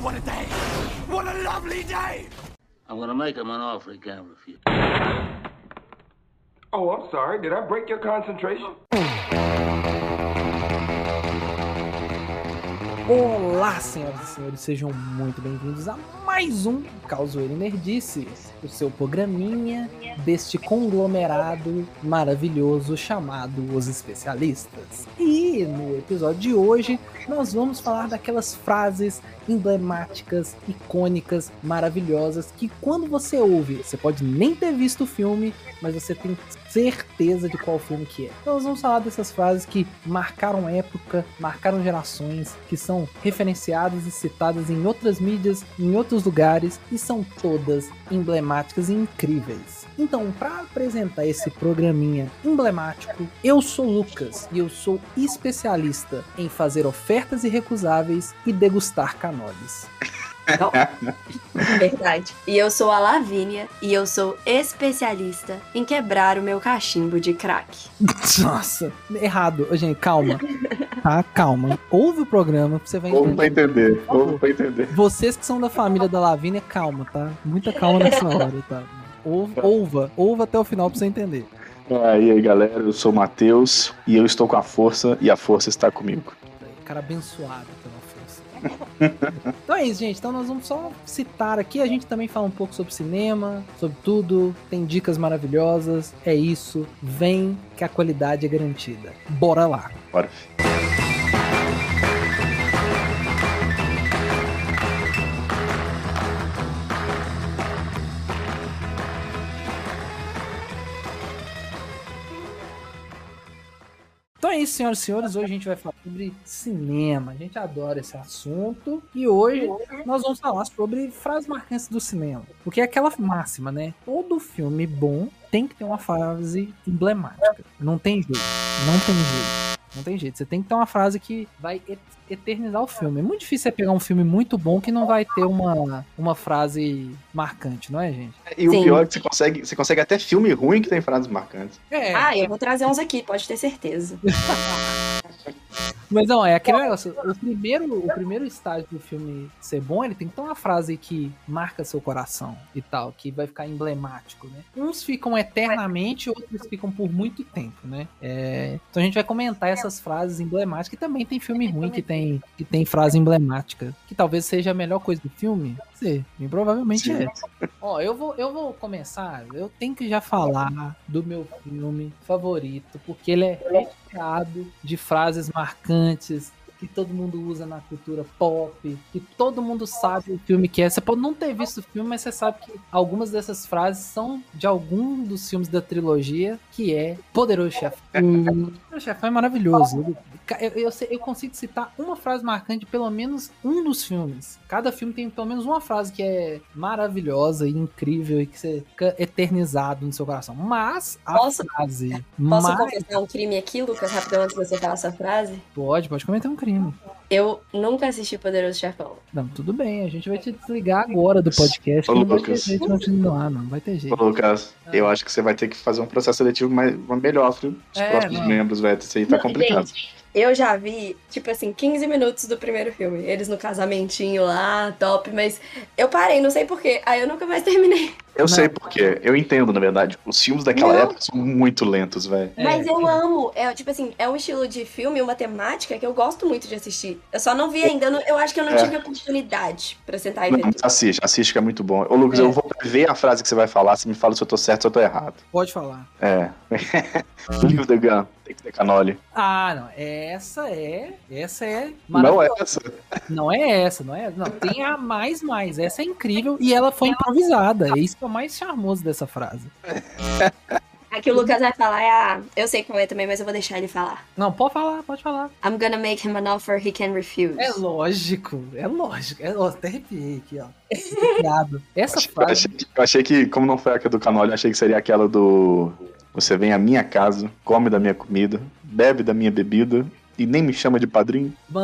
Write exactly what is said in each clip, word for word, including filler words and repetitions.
what a day! What a lovely day! I'm gonna make him an offer he can't refuse. Oh, I'm sorry. Did I break your concentration? Olá, senhoras e senhores, sejam muito bem-vindos a mais um Causoeiro Nerdice, o seu programinha deste conglomerado maravilhoso chamado Os Especialistas. E no episódio de hoje nós vamos falar daquelas frases emblemáticas, icônicas, maravilhosas que quando você ouve, você pode nem ter visto o filme, mas você tem certeza de qual filme que é. Então nós vamos falar dessas frases que marcaram época, marcaram gerações, que são referenciadas e citadas em outras mídias, em outros lugares, e são todas emblemáticas e incríveis. Então, para apresentar esse programinha emblemático, eu sou Lucas e eu sou especialista em fazer ofertas irrecusáveis e degustar canoles. Verdade. E eu sou a Lavínia e eu sou especialista em quebrar o meu cachimbo de crack. Nossa, errado. Gente, calma. Tá, calma. Ouve o programa pra você vai entender. Ouve pra entender. Ouve pra entender. Vocês que são da família da Lavínia, calma, tá? Muita calma nessa hora, tá? Ouva, ouva, ouva até o final pra você entender. E aí, galera, eu sou o Matheus e eu estou com a força e a força está comigo. Cara abençoado pela força. Então é isso, gente. Então nós vamos só citar aqui. A gente também fala um pouco sobre cinema, sobre tudo. Tem dicas maravilhosas. É isso. Vem que a qualidade é garantida. Bora lá. Bora. Então é isso, senhoras e senhores, hoje a gente vai falar sobre cinema, a gente adora esse assunto, e hoje nós vamos falar sobre frases marcantes do cinema, porque é aquela máxima, né? Todo filme bom tem que ter uma frase emblemática, não tem jeito, não tem jeito. Não tem jeito, você tem que ter uma frase que vai eternizar o filme. É muito difícil você pegar um filme muito bom que não vai ter uma, uma frase marcante, não é, gente? E o Sim. pior é que você consegue, você consegue até filme ruim que tem frases marcantes. É. Ah, eu vou trazer uns aqui, pode ter certeza. Mas não, é aquele negócio, o primeiro, o primeiro estágio do filme ser bom, ele tem que ter uma frase que marca seu coração e tal, que vai ficar emblemático, né? Uns ficam eternamente, outros ficam por muito tempo, né? É, então a gente vai comentar essas frases emblemáticas, que também tem filme ruim que tem, que tem frase emblemática, que talvez seja a melhor coisa do filme. Sim, bem provavelmente Sim. é. Ó, eu vou, eu vou começar, eu tenho que já falar do meu filme favorito, porque ele é recheado de frases marcantes, que todo mundo usa na cultura pop, que todo mundo sabe o filme que é. Você pode não ter visto o filme, mas você sabe que algumas dessas frases são de algum dos filmes da trilogia, que é Poderoso Chefão. Hum. Poderoso Chefão é maravilhoso. Eu, eu, eu consigo citar uma frase marcante de pelo menos um dos filmes. Cada filme tem pelo menos uma frase que é maravilhosa e incrível e que você fica eternizado no seu coração. Mas a Posso- frase... Posso mais... confessar um crime aqui, Lucas, rapidão, antes de você falar essa frase? Pode, pode cometer um crime. Eu nunca assisti Poderoso Chefão. Não, tudo bem, a gente vai te desligar agora do podcast. Ô, Que não vai ter Lucas. jeito de continuar, não, não vai ter Ô, jeito. Lucas, eu acho que você vai ter que fazer um processo seletivo mais, melhor, viu? Os É, próximos não. membros, velho. Isso aí tá Não, complicado. gente, eu já vi, tipo assim, quinze minutos do primeiro filme. Eles no casamentinho lá, top, mas eu parei, não sei porquê. Aí eu nunca mais terminei. Eu Não. sei porque, eu entendo, na verdade. Os filmes daquela Não. época são muito lentos, velho. É, Mas eu amo. É, tipo assim, é um estilo de filme, uma temática que eu gosto muito de assistir. Eu só não vi ainda. Eu, não- eu acho que eu não É. tive a oportunidade pra sentar e Não, ver mas tudo. assiste, assiste que é muito bom. Ô, Lucas, É. eu vou ver a frase que você vai falar, você me fala se eu tô certo ou se eu tô errado. Pode falar. É. Leave the gun, tem que ter canole. Ah, não, essa é, essa é Não é maravilhosa. essa. Não é essa, não é essa. Não, tem a mais, mais. Essa é incrível e ela foi improvisada. É isso que é o mais charmoso dessa frase. A que o Lucas vai falar é a. Eu sei qual é também, mas eu vou deixar ele falar. Não, pode falar, pode falar. I'm gonna make him an offer he can refuse. É lógico, é lógico. É, ó, até arrepiei aqui, ó. Arrepiado. Essa Eu frase. achei, que- eu achei que, como não foi a do canole, eu achei que seria aquela do... Você vem à minha casa, come da minha comida, bebe da minha bebida e nem me chama de padrinho. Mano,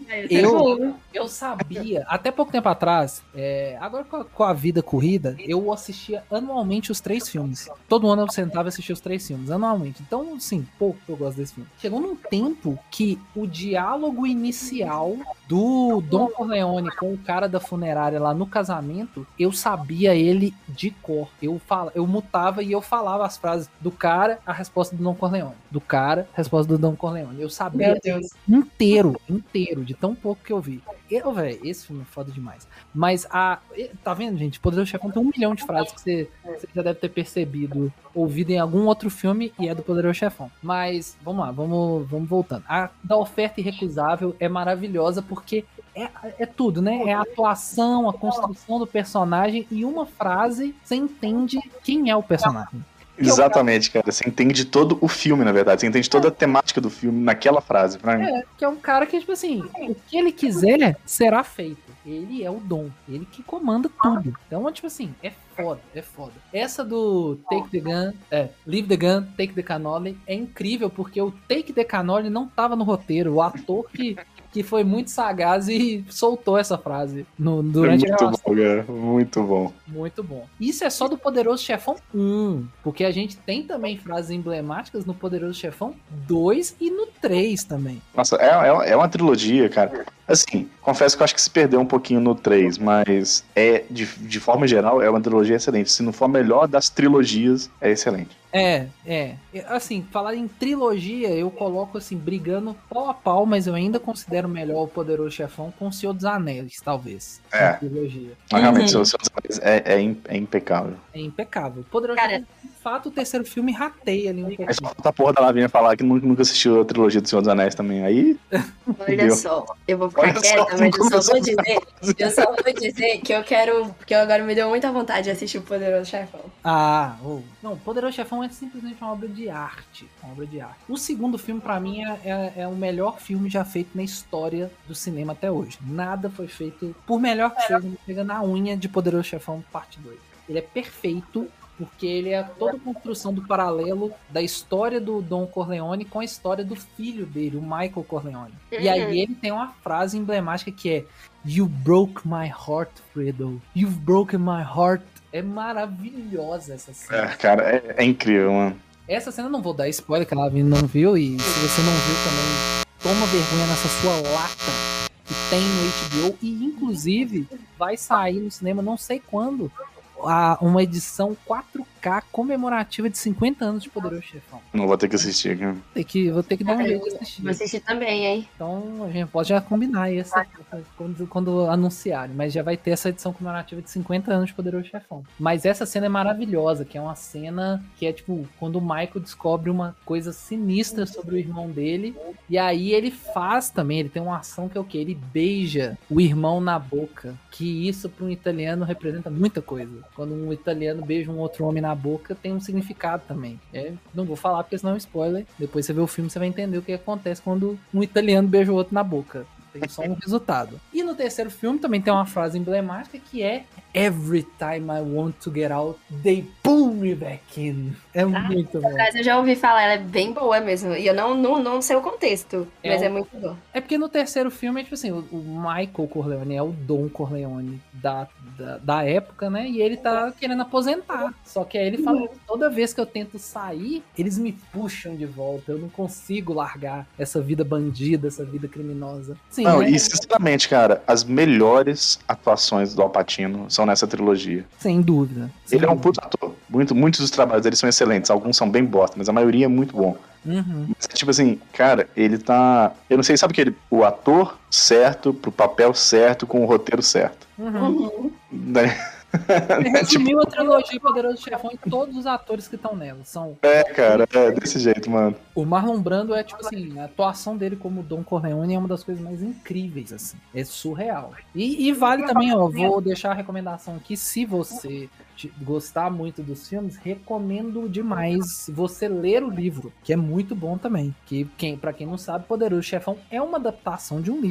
Eu, eu sabia, até pouco tempo atrás, é, agora com a, com a vida corrida, eu assistia anualmente os três filmes. Todo ano eu sentava e assistia os três filmes, anualmente. Então, sim, pouco eu gosto desse filme. Chegou num tempo que o diálogo inicial do Don Corleone com o cara da funerária lá no casamento, eu sabia ele de cor. Eu, fala, eu mutava e eu falava as frases do cara, a resposta do Don Corleone. Do cara, a resposta do Don Corleone. Eu sabia Meu Deus. inteiro, inteiro, de tão pouco que eu vi. Eu, velho, esse filme é foda demais. Mas a. Tá vendo, gente? Poderoso Chefão tem um milhão de frases que você, você já deve ter percebido, ouvido em algum outro filme e é do Poderoso Chefão. Mas, vamos lá, vamos, vamos voltando. A da oferta irrecusável é maravilhosa porque é, é tudo, né? É a atuação, a construção do personagem e uma frase você entende quem é o personagem. Exatamente, cara. Você entende todo o filme, na verdade. Você entende toda a temática do filme naquela frase. Pra mim. É, que é um cara que, tipo assim, o que ele quiser será feito. Ele é o Dom. Ele que comanda tudo. Então, tipo assim, é foda, é foda. Essa do Take the Gun, é, Leave the Gun, Take the Cannoli é incrível, porque o Take the Cannoli não tava no roteiro. O ator que... que foi muito sagaz e soltou essa frase no, durante muito a bom, cara. Muito bom. Muito bom. Isso é só do Poderoso Chefão um, porque a gente tem também frases emblemáticas no Poderoso Chefão dois e no três também. Nossa, é, é, é uma trilogia, cara. Assim, confesso que eu acho que se perdeu um pouquinho no três, mas é, de, de forma geral, é uma trilogia excelente. Se não for a melhor das trilogias, é excelente. É, é. Assim, falar em trilogia, eu coloco assim, brigando pau a pau, mas eu ainda considero melhor o Poderoso Chefão com o Senhor dos Anéis, talvez. É. Trilogia. Mas realmente, uhum. o Senhor dos Anéis é, é, é impecável. É impecável. Poderoso Cara, Chefão, de fato, o terceiro filme rateia ali um pouquinho. Mas falta a porra da Lavinha falar que nunca, nunca assistiu a trilogia do Senhor dos Anéis também. Aí. Olha Deu. só, eu vou ficar Olha quieta, só, mas eu só começou vou dizer, eu só vou dizer que eu quero, que eu agora me deu muita vontade de assistir o Poderoso Chefão. Ah, oh. Não, Poderoso Chefão é simplesmente uma obra de arte. Uma obra de arte. O segundo filme, pra mim, é, é, é o melhor filme já feito na história do cinema até hoje. Nada foi feito, por melhor que seja, chega na unha de Poderoso Chefão parte dois. Ele é perfeito, porque ele é toda a construção do paralelo da história do Don Corleone com a história do filho dele, o Michael Corleone. Uhum. E aí ele tem uma frase emblemática que é You broke my heart, Fredo. You've broken my heart. É maravilhosa essa cena. É, cara, é, é incrível, mano. Essa cena eu não vou dar spoiler, que a Lavínia não viu, e se você não viu também, toma vergonha nessa sua lata que tem no H B O, e inclusive vai sair no cinema, não sei quando, a, uma edição quatro K comemorativa de cinquenta anos de Poderoso Chefão. Não vou ter que assistir, cara. Tem que, vou ter que dar um jeito de assistir. Vou assistir também, hein? Então a gente pode já combinar essa quando, quando anunciarem, mas já vai ter essa edição comemorativa de cinquenta anos de Poderoso Chefão. Mas essa cena é maravilhosa, que é uma cena que é tipo, quando o Michael descobre uma coisa sinistra sobre o irmão dele, e aí ele faz também, ele tem uma ação que é o quê? Ele beija o irmão na boca, que isso para um italiano representa muita coisa. Quando um italiano beija um outro homem na boca, tem um significado também. É, não vou falar porque senão é um spoiler. Depois você vê o filme, você vai entender o que acontece quando um italiano beija o outro na boca. Tem só um resultado. E no terceiro filme também tem uma frase emblemática que é Every time I want to get out, they pull me back in. É ah, muito bom. Mas eu já ouvi falar, ela é bem boa mesmo. E eu não, não, não sei o contexto, é mas o... é muito boa. É porque no terceiro filme, é tipo assim, o, o Michael Corleone é o Don Corleone da, da, da época, né? E ele tá querendo aposentar. Só que aí ele fala, toda vez que eu tento sair, eles me puxam de volta. Eu não consigo largar essa vida bandida, essa vida criminosa. Sim, não, né? E sinceramente, cara, as melhores atuações do Al Pacino são nessa trilogia. Sem dúvida. Sem ele dúvida. é um puto ator. Muito, muitos dos trabalhos dele são excelentes. Alguns são bem bosta, mas a maioria é muito bom. Uhum. Mas, tipo assim, cara, ele tá... Eu não sei, sabe que ele... O ator certo, pro papel certo, com o roteiro certo. Uhum. Daí... Ele resumiu a trilogia Poderoso Chefão e todos os atores que estão nela. São... É, cara, é desse jeito, mano. O Marlon Brando é, tipo assim, a atuação dele como Don Corleone é uma das coisas mais incríveis, assim. É surreal. E, e vale também, ó, vou deixar a recomendação aqui, se você gostar muito dos filmes, recomendo demais você ler o livro, que é muito bom também. Que, quem, pra quem não sabe, Poderoso Chefão é uma adaptação de um livro.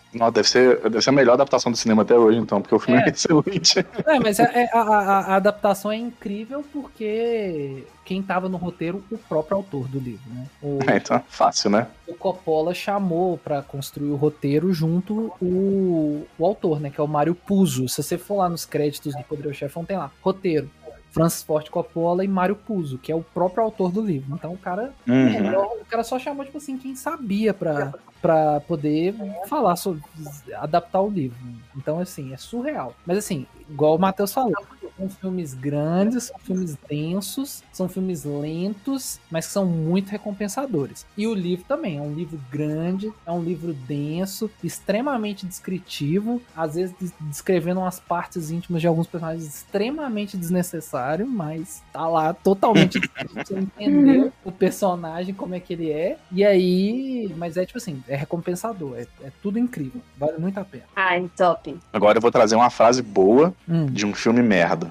Não, deve ser, deve ser a melhor adaptação do cinema até hoje, então, porque o filme é, É. é excelente. É, mas a, a- a- a adaptação é incrível porque quem tava no roteiro, o próprio autor do livro, né? O, É, então, fácil, né? o Coppola chamou pra construir o roteiro junto o, o autor, né? Que é o Mário Puzo. Se você for lá nos créditos do Poderoso Chefão, tem lá, roteiro. Francis Ford Coppola e Mário Puzo, que é o próprio autor do livro. Então o cara, Uhum. melhor, o cara só chamou, tipo assim, quem sabia pra, pra poder falar sobre, adaptar o livro. Então, assim, é surreal. Mas assim, igual o Matheus falou, são filmes grandes, são filmes densos, são filmes lentos, mas que são muito recompensadores. E o livro também, é um livro grande, é um livro denso, extremamente descritivo, às vezes des- descrevendo umas partes íntimas de alguns personagens extremamente desnecessário, mas tá lá totalmente você entendeu o personagem, como é que ele é, e aí, mas é tipo assim, é recompensador, é, é tudo incrível, vale muito a pena. Ai, top. Agora eu vou trazer uma frase boa Hum. de um filme merda.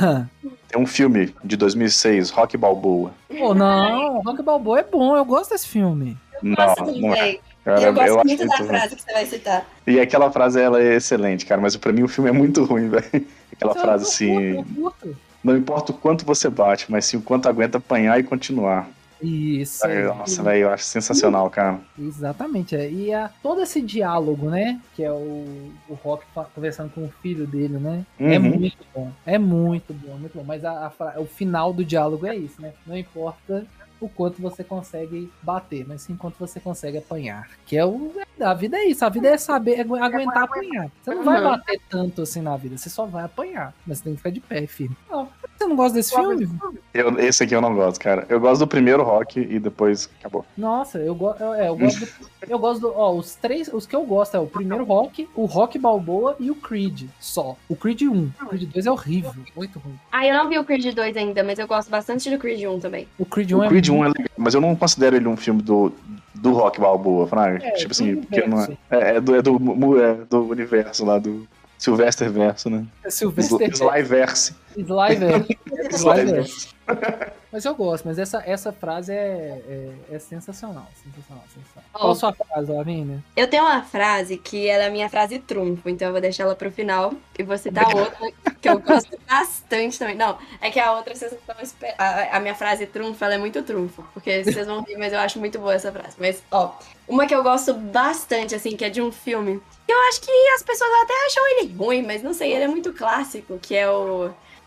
Tem um filme de dois mil e seis, Rock Balboa. Pô, não, Rock Balboa é bom, eu gosto desse filme. Não, Nossa, não é. também. Cara, E eu gosto acho muito da ruim. frase que você vai citar. E aquela frase, ela é excelente, cara, mas pra mim o filme é muito ruim, velho. Aquela Eu- frase eu assim, curto, eu curto. não importa o quanto você bate, mas sim o quanto aguenta apanhar e continuar. Isso. Ai, Nossa, velho, eu acho sensacional, cara. Exatamente, é. E a, todo esse diálogo, né? Que é o, o Rock fa- conversando com o filho dele, né? É Uhum. muito bom. É muito bom, muito bom. Mas a, a fra- o final do diálogo é isso, né? Não importa o quanto você consegue bater, mas sim quanto você consegue apanhar. Que é o. A vida é isso, a vida é saber agu- aguentar apanhar. Você não vai Uhum. bater tanto assim na vida, você só vai apanhar. Mas você tem que ficar de pé, filho. Não, você não gosta desse filme? Eu, esse aqui eu não gosto, cara. Eu gosto do primeiro Rock e depois acabou. Nossa, eu, go eu, é, eu gosto do, eu gosto do, ó, os três, os que eu gosto é o primeiro Rock, o Rock Balboa e o Creed, só. O Creed um, o Creed dois é horrível, muito ruim. Ah, eu não vi o Creed dois ainda, mas eu gosto bastante do Creed um também. O Creed um O é Creed muito- um é legal, mas eu não considero ele um filme do, do Rock Balboa, Fraga. É, tipo do assim, porque não é, universo. é, é do, é, do, mu- é do universo lá, do Sylvester Verso, né? é Sylvester Slyverse. Sliver. Sliver. Slyverse. Mas eu gosto, mas essa, essa frase é, é, é sensacional, sensacional, sensacional. Ó. Qual a sua frase, Lavínia? Eu tenho uma frase que ela é a minha frase trunfo, então eu vou deixar ela pro final e vou citar outra que eu gosto bastante também. Não, é que a outra vocês não estão esper- a, a minha frase trunfo, ela é muito trunfo, porque vocês vão rir, mas eu acho muito boa essa frase. Mas, ó, uma que eu gosto bastante, assim, que é de um filme, que eu acho que as pessoas até acham ele ruim, mas não sei, ele é muito clássico, que é o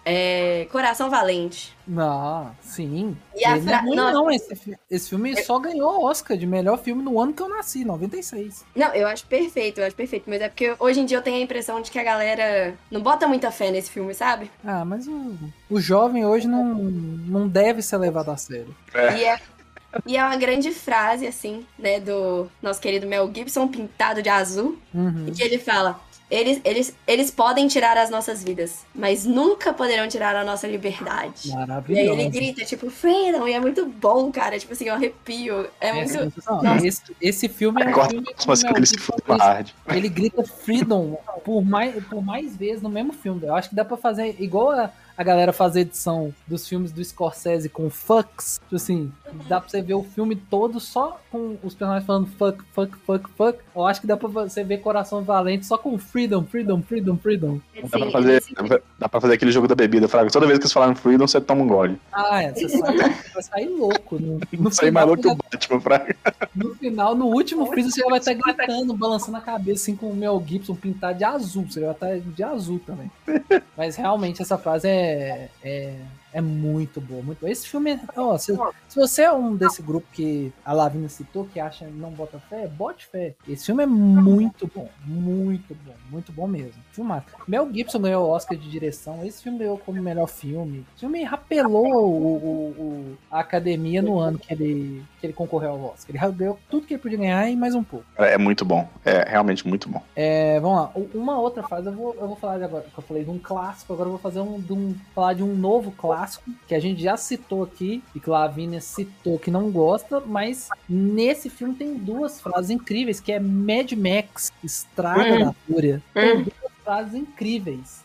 é, Coração Valente. Não, sim. E a Ele não é fra- ruim, não, não. Esse, fi- esse filme só ganhou Oscar de melhor filme no ano que eu nasci, noventa e seis. Não, eu acho perfeito, eu acho perfeito, mas é porque hoje em dia eu tenho a impressão de que a galera não bota muita fé nesse filme, sabe? Ah, mas o, o jovem hoje não, não deve ser levado a sério. E é, e é uma grande frase, assim, né, do nosso querido Mel Gibson, pintado de azul, Uhum. e que ele fala: eles, eles, eles podem tirar as nossas vidas, mas nunca poderão tirar a nossa liberdade. E aí Maravilhoso. ele grita, tipo, freedom, e é muito bom, cara, tipo assim, eu arrepio. É É muito. sensacional. Nossa. Esse, esse filme é um Corta filme a próxima que o cena, Mel ele se Gibson fudeu fez- hard. ele grita freedom por mais, por mais vezes no mesmo filme. Eu acho que dá pra fazer igual a, a galera fazer edição dos filmes do Scorsese com fucks. Tipo assim, dá pra você ver o filme todo só com os personagens falando fuck, fuck, fuck, fuck. Eu acho que dá pra você ver Coração Valente só com freedom, freedom, freedom, freedom. Dá pra, Assim, fazer, ele- dá pra fazer aquele jogo da bebida, Fraga. Toda vez que eles falaram Freedom, você toma um gole. Ah, é, você sai, vai sair louco. No, no Sai final, maluco que o Batman, Fraga. No final, no último freezer, você já vai estar gritando, balançando a cabeça, assim, com o Mel Gibson pintado de azul. Você já vai estar de azul também. Mas realmente, essa frase é, é, é muito boa, muito boa. Esse filme, ó, se, se você é um desse grupo que a Lavínia citou, que acha que não bota fé, bote fé. Esse filme é muito bom, muito bom, muito bom mesmo. Filmar. Mel Gibson ganhou o Oscar de direção, esse filme ganhou como melhor filme. Esse filme rapelou o, o- o- a academia no ano que ele, que ele concorreu ao Oscar. Ele ganhou tudo que ele podia ganhar e mais um pouco. É muito bom. É realmente muito bom. É, vamos lá. U- Uma outra fase, eu vou, eu vou falar de agora, que eu falei de um clássico, agora eu vou fazer um, de um, falar de um novo clássico, que a gente já citou aqui, e que a Lavínia citou que não gosta, mas nesse filme tem duas frases incríveis, que é Mad Max, Estrada Hum. da Fúria. Tem duas frases incríveis.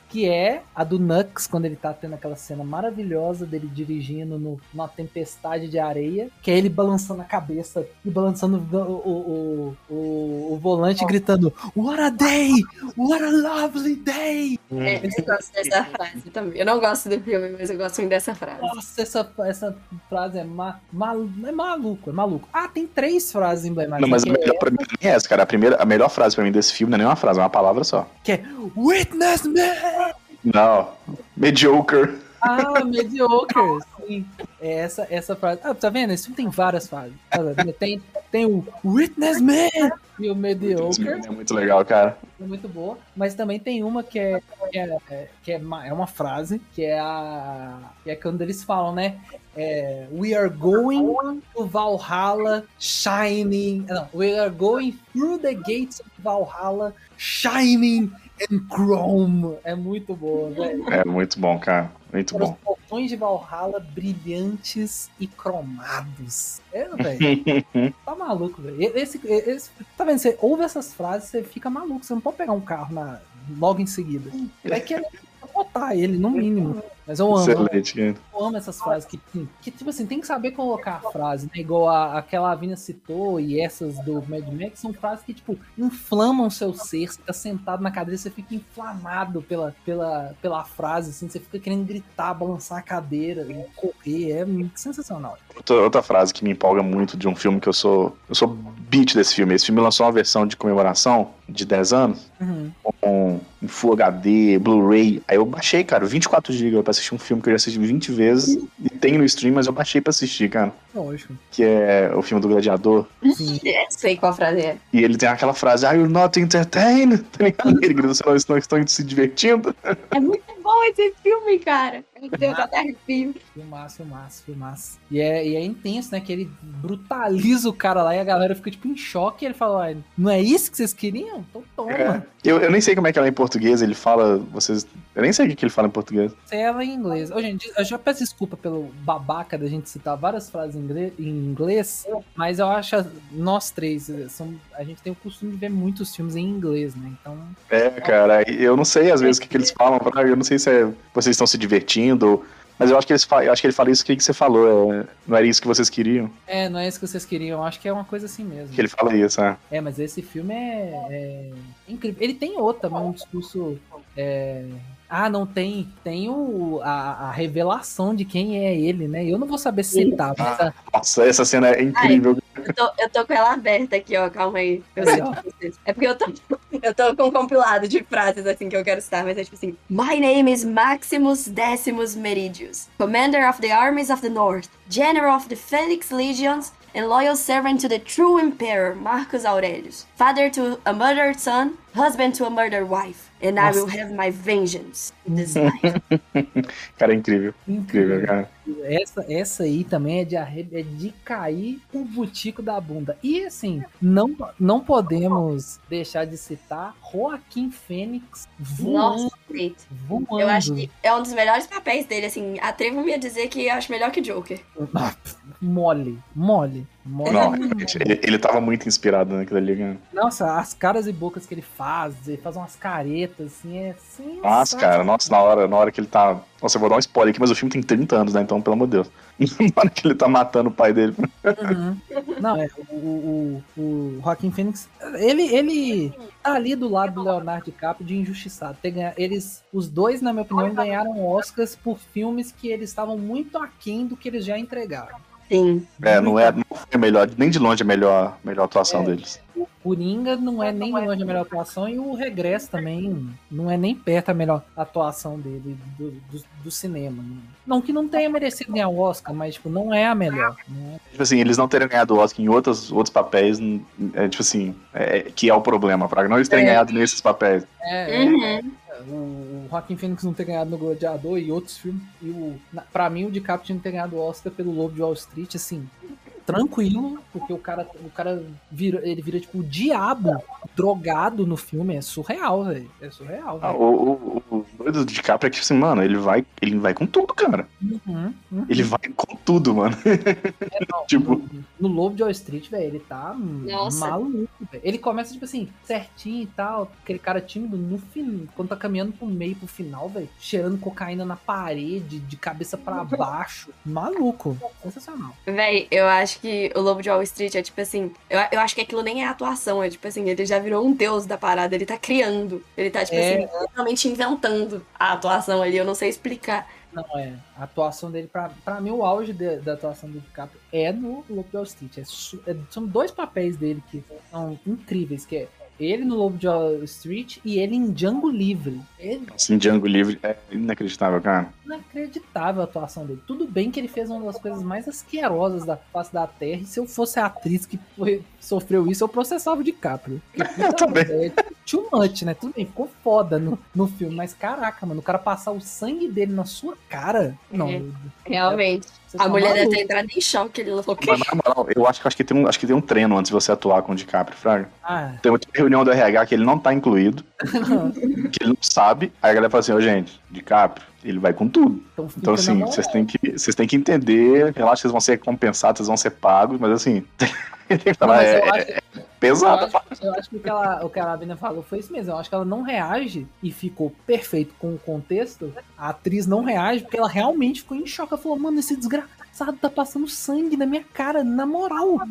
que é a do Nux, quando ele tá tendo aquela cena maravilhosa dele dirigindo no, numa tempestade de areia, que é ele balançando a cabeça e balançando o, o, o, o, o volante, gritando What a day! What a lovely day! É, eu gosto dessa frase também. Eu não gosto do filme, mas eu gosto muito dessa frase. Nossa, essa, essa frase é, ma, mal, é maluco, é maluco. Ah, tem três frases emblemáticas. Não, mas a melhor pra mim nem é essa, cara. A, primeira, a melhor frase pra mim desse filme não é nem uma frase, é uma palavra só. Que é Witness me! Não, mediocre. Ah, mediocre, sim. É essa, essa frase. Ah, tá vendo? Esse filme tem várias frases. Tem, tem o Witness me! E o mediocre. É muito legal, cara. É muito boa. Mas também tem uma que é, que é, que é, uma, é uma frase, que é a. Que é quando eles falam, né? É, we are going to Valhalla shining. Não, we are going through the gates of Valhalla shining and chrome. É muito boa, velho. É muito bom, cara. Muito Para bom. os portões de Valhalla brilhantes e cromados. É, velho. Tá maluco, velho. Esse, esse, tá vendo? Você ouve essas frases, você fica maluco. Você não pode pegar um carro na, logo em seguida. Vai querer botar ele, no mínimo. Mas eu amo. Excelente, cara. Eu amo essas frases que, que, tipo assim, tem que saber colocar a frase, né? Igual a, aquela a Vina citou e essas do Mad Max são frases que, tipo, inflamam o seu ser. Você tá sentado na cadeira, você fica inflamado pela, pela, pela frase, assim, você fica querendo gritar, balançar a cadeira e correr. É sensacional. Outra, outra frase que me empolga muito de um filme que eu sou. Eu sou beat desse filme. Esse filme lançou uma versão de comemoração de dez anos. Uhum. Com em Full H D, Blu-ray. Aí eu baixei, cara, vinte e quatro gigas pra assistir um filme que eu já assisti vinte vezes. E tem no stream, mas eu baixei pra assistir, cara. Lógico. Que é o filme do Gladiador. Sim. Sei qual frase é. E ele tem aquela frase, Are you not entertained? Tá ligado? Ele grita, vocês não estão se divertindo? É muito bom esse filme, cara. Meu Deus, até arrepio. Filmaço, filmaço, filmaço. E é, e é intenso, né? Que ele brutaliza o cara lá e a galera fica, tipo, em choque. E ele fala, não é isso que vocês queriam? Então toma. É. Eu, eu nem sei como é que ela é em português, ele fala, vocês... Eu nem sei o que, que ele fala em português. Sei ela em inglês. Ô, gente, eu já peço desculpa pelo babaca da gente citar várias frases em inglês, em inglês, mas eu acho que nós três, são, a gente tem o costume de ver muitos filmes em inglês, né? Então... É, cara, eu não sei às vezes o que, que eles falam, eu não sei se é, vocês estão se divertindo, mas eu acho que, eles, eu acho que ele fala isso que, que você falou, é, não era isso que vocês queriam? É, não é isso que vocês queriam, eu acho que é uma coisa assim mesmo. Que ele fala isso, né? É, mas esse filme é, é incrível. Ele tem outro também, um discurso... É... Ah, não tem. Tem o, a, a revelação de quem é ele, né? Eu não vou saber citar, mas a... Nossa, essa cena é incrível. Ai, eu, tô, eu tô com ela aberta aqui, ó. Calma aí. Eu sei de vocês. É porque eu tô, eu tô com um compilado de frases assim que eu quero citar, mas é tipo assim: My name is Maximus Decimus Meridius, Commander of the Armies of the North, General of the Felix Legions, and loyal servant to the true Emperor Marcus Aurelius, father to a murdered son, husband to a murdered wife, and Nossa. I will have my vengeance in this life. Cara, é incrível. Incrível, cara. Essa, essa aí também é de, arre... é de cair o butico da bunda. E assim, não, não podemos deixar de citar Joaquim Fênix voando. Nossa, great. voando. Eu acho que é um dos melhores papéis dele, assim. Atrevo-me a dizer que eu acho melhor que Joker. Mole, mole. mole. Não, ele, ele tava muito inspirado naquilo ali, cara. Nossa, as caras e bocas que ele faz, ele faz umas caretas, assim, é assim. Nossa, cara, nossa, na hora, na hora que ele tá... Nossa, eu vou dar um spoiler aqui, mas o filme tem trinta anos, né? Então, pelo amor de Deus. Na hora que ele tá matando o pai dele. Uhum. Não, é, o, o, o Joaquim Phoenix, ele, ele tá ali do lado do Leonardo DiCaprio de injustiçado. Eles, os dois, na minha opinião, ganharam Oscars por filmes que eles estavam muito aquém do que eles já entregaram. Sim. É, não, é, não foi a melhor, nem de longe a melhor, melhor atuação é. deles. O Coringa não é nem de longe a melhor atuação e o Regresso também não é nem perto a melhor atuação dele do, do, do cinema. Não que não tenha merecido ganhar o Oscar, mas tipo, não é a melhor. Não é... Tipo assim, eles não terem ganhado o Oscar em outros, outros papéis, é tipo assim, é, que é o problema, pra não eles terem é. ganhado nesses papéis. É, uhum. é, o Joaquim Phoenix não ter ganhado no Gladiador e outros filmes, e o, pra mim o DiCaprio tinha que ter ganhado o Oscar pelo Lobo de Wall Street, assim... tranquilo, porque o cara, o cara vira, ele vira tipo o diabo drogado no filme, é surreal, velho. É surreal. Ah, o, o, o doido do DiCaprio é que, assim, mano, ele vai, ele vai com tudo, cara. Uhum, uhum. Ele vai com tudo, mano. É, não, tipo... no, no Lobo de Wall Street, velho, ele tá Nossa. maluco, velho. Ele começa, tipo assim, certinho e tal, aquele cara tímido, no fim, quando tá caminhando pro meio, pro final, velho, cheirando cocaína na parede, de cabeça pra baixo. Maluco. Sensacional. Véi, eu acho que o Lobo de Wall Street é tipo assim, eu, eu acho que aquilo nem é atuação, é tipo assim, ele já virou um deus da parada, ele tá criando, ele tá tipo É. assim, totalmente inventando a atuação ali, eu não sei explicar. Não, é. A atuação dele, pra, pra mim, o auge de- da atuação do DiCaprio é no Lobo de Wall Street. É su- é- são dois papéis dele que são incríveis, que é ele no Lobo de Wall Street e ele em Django Livre. Ele, Assim, Django Livre é inacreditável, cara. inacreditável a atuação dele. Tudo bem que ele fez uma das coisas mais asquerosas da face da Terra, e se eu fosse a atriz que foi- sofreu isso, eu processava o DiCaprio. Porque, Eu também. é too much, né? Tudo bem, ficou foda no, no filme, mas caraca, mano, o cara passar o sangue dele na sua cara, não. É. Realmente. Você A tá mulher deve maluco. ter entrado em choque, ele falou, Mas, na moral, eu acho que, acho, que tem um, acho que tem um treino antes de você atuar com o DiCaprio, Fraga. Ah, Tem uma reunião do R H que ele não tá incluído, que ele não sabe. Aí a galera fala assim, ô gente, DiCaprio, ele vai com tudo. então, fica Então, na assim, moral. vocês têm que, vocês têm que entender, relaxa, vocês vão ser recompensados, vocês vão ser pagos, mas assim, tem que Não, falar, mas é, eu é- acho- é pesado. Eu acho, eu acho que o que, ela, o que a Arabina falou foi isso mesmo. Eu acho que ela não reage e ficou perfeito com o contexto. A atriz não reage porque ela realmente ficou em choque. Ela falou, mano, esse desgraçado tá passando sangue na minha cara, na moral.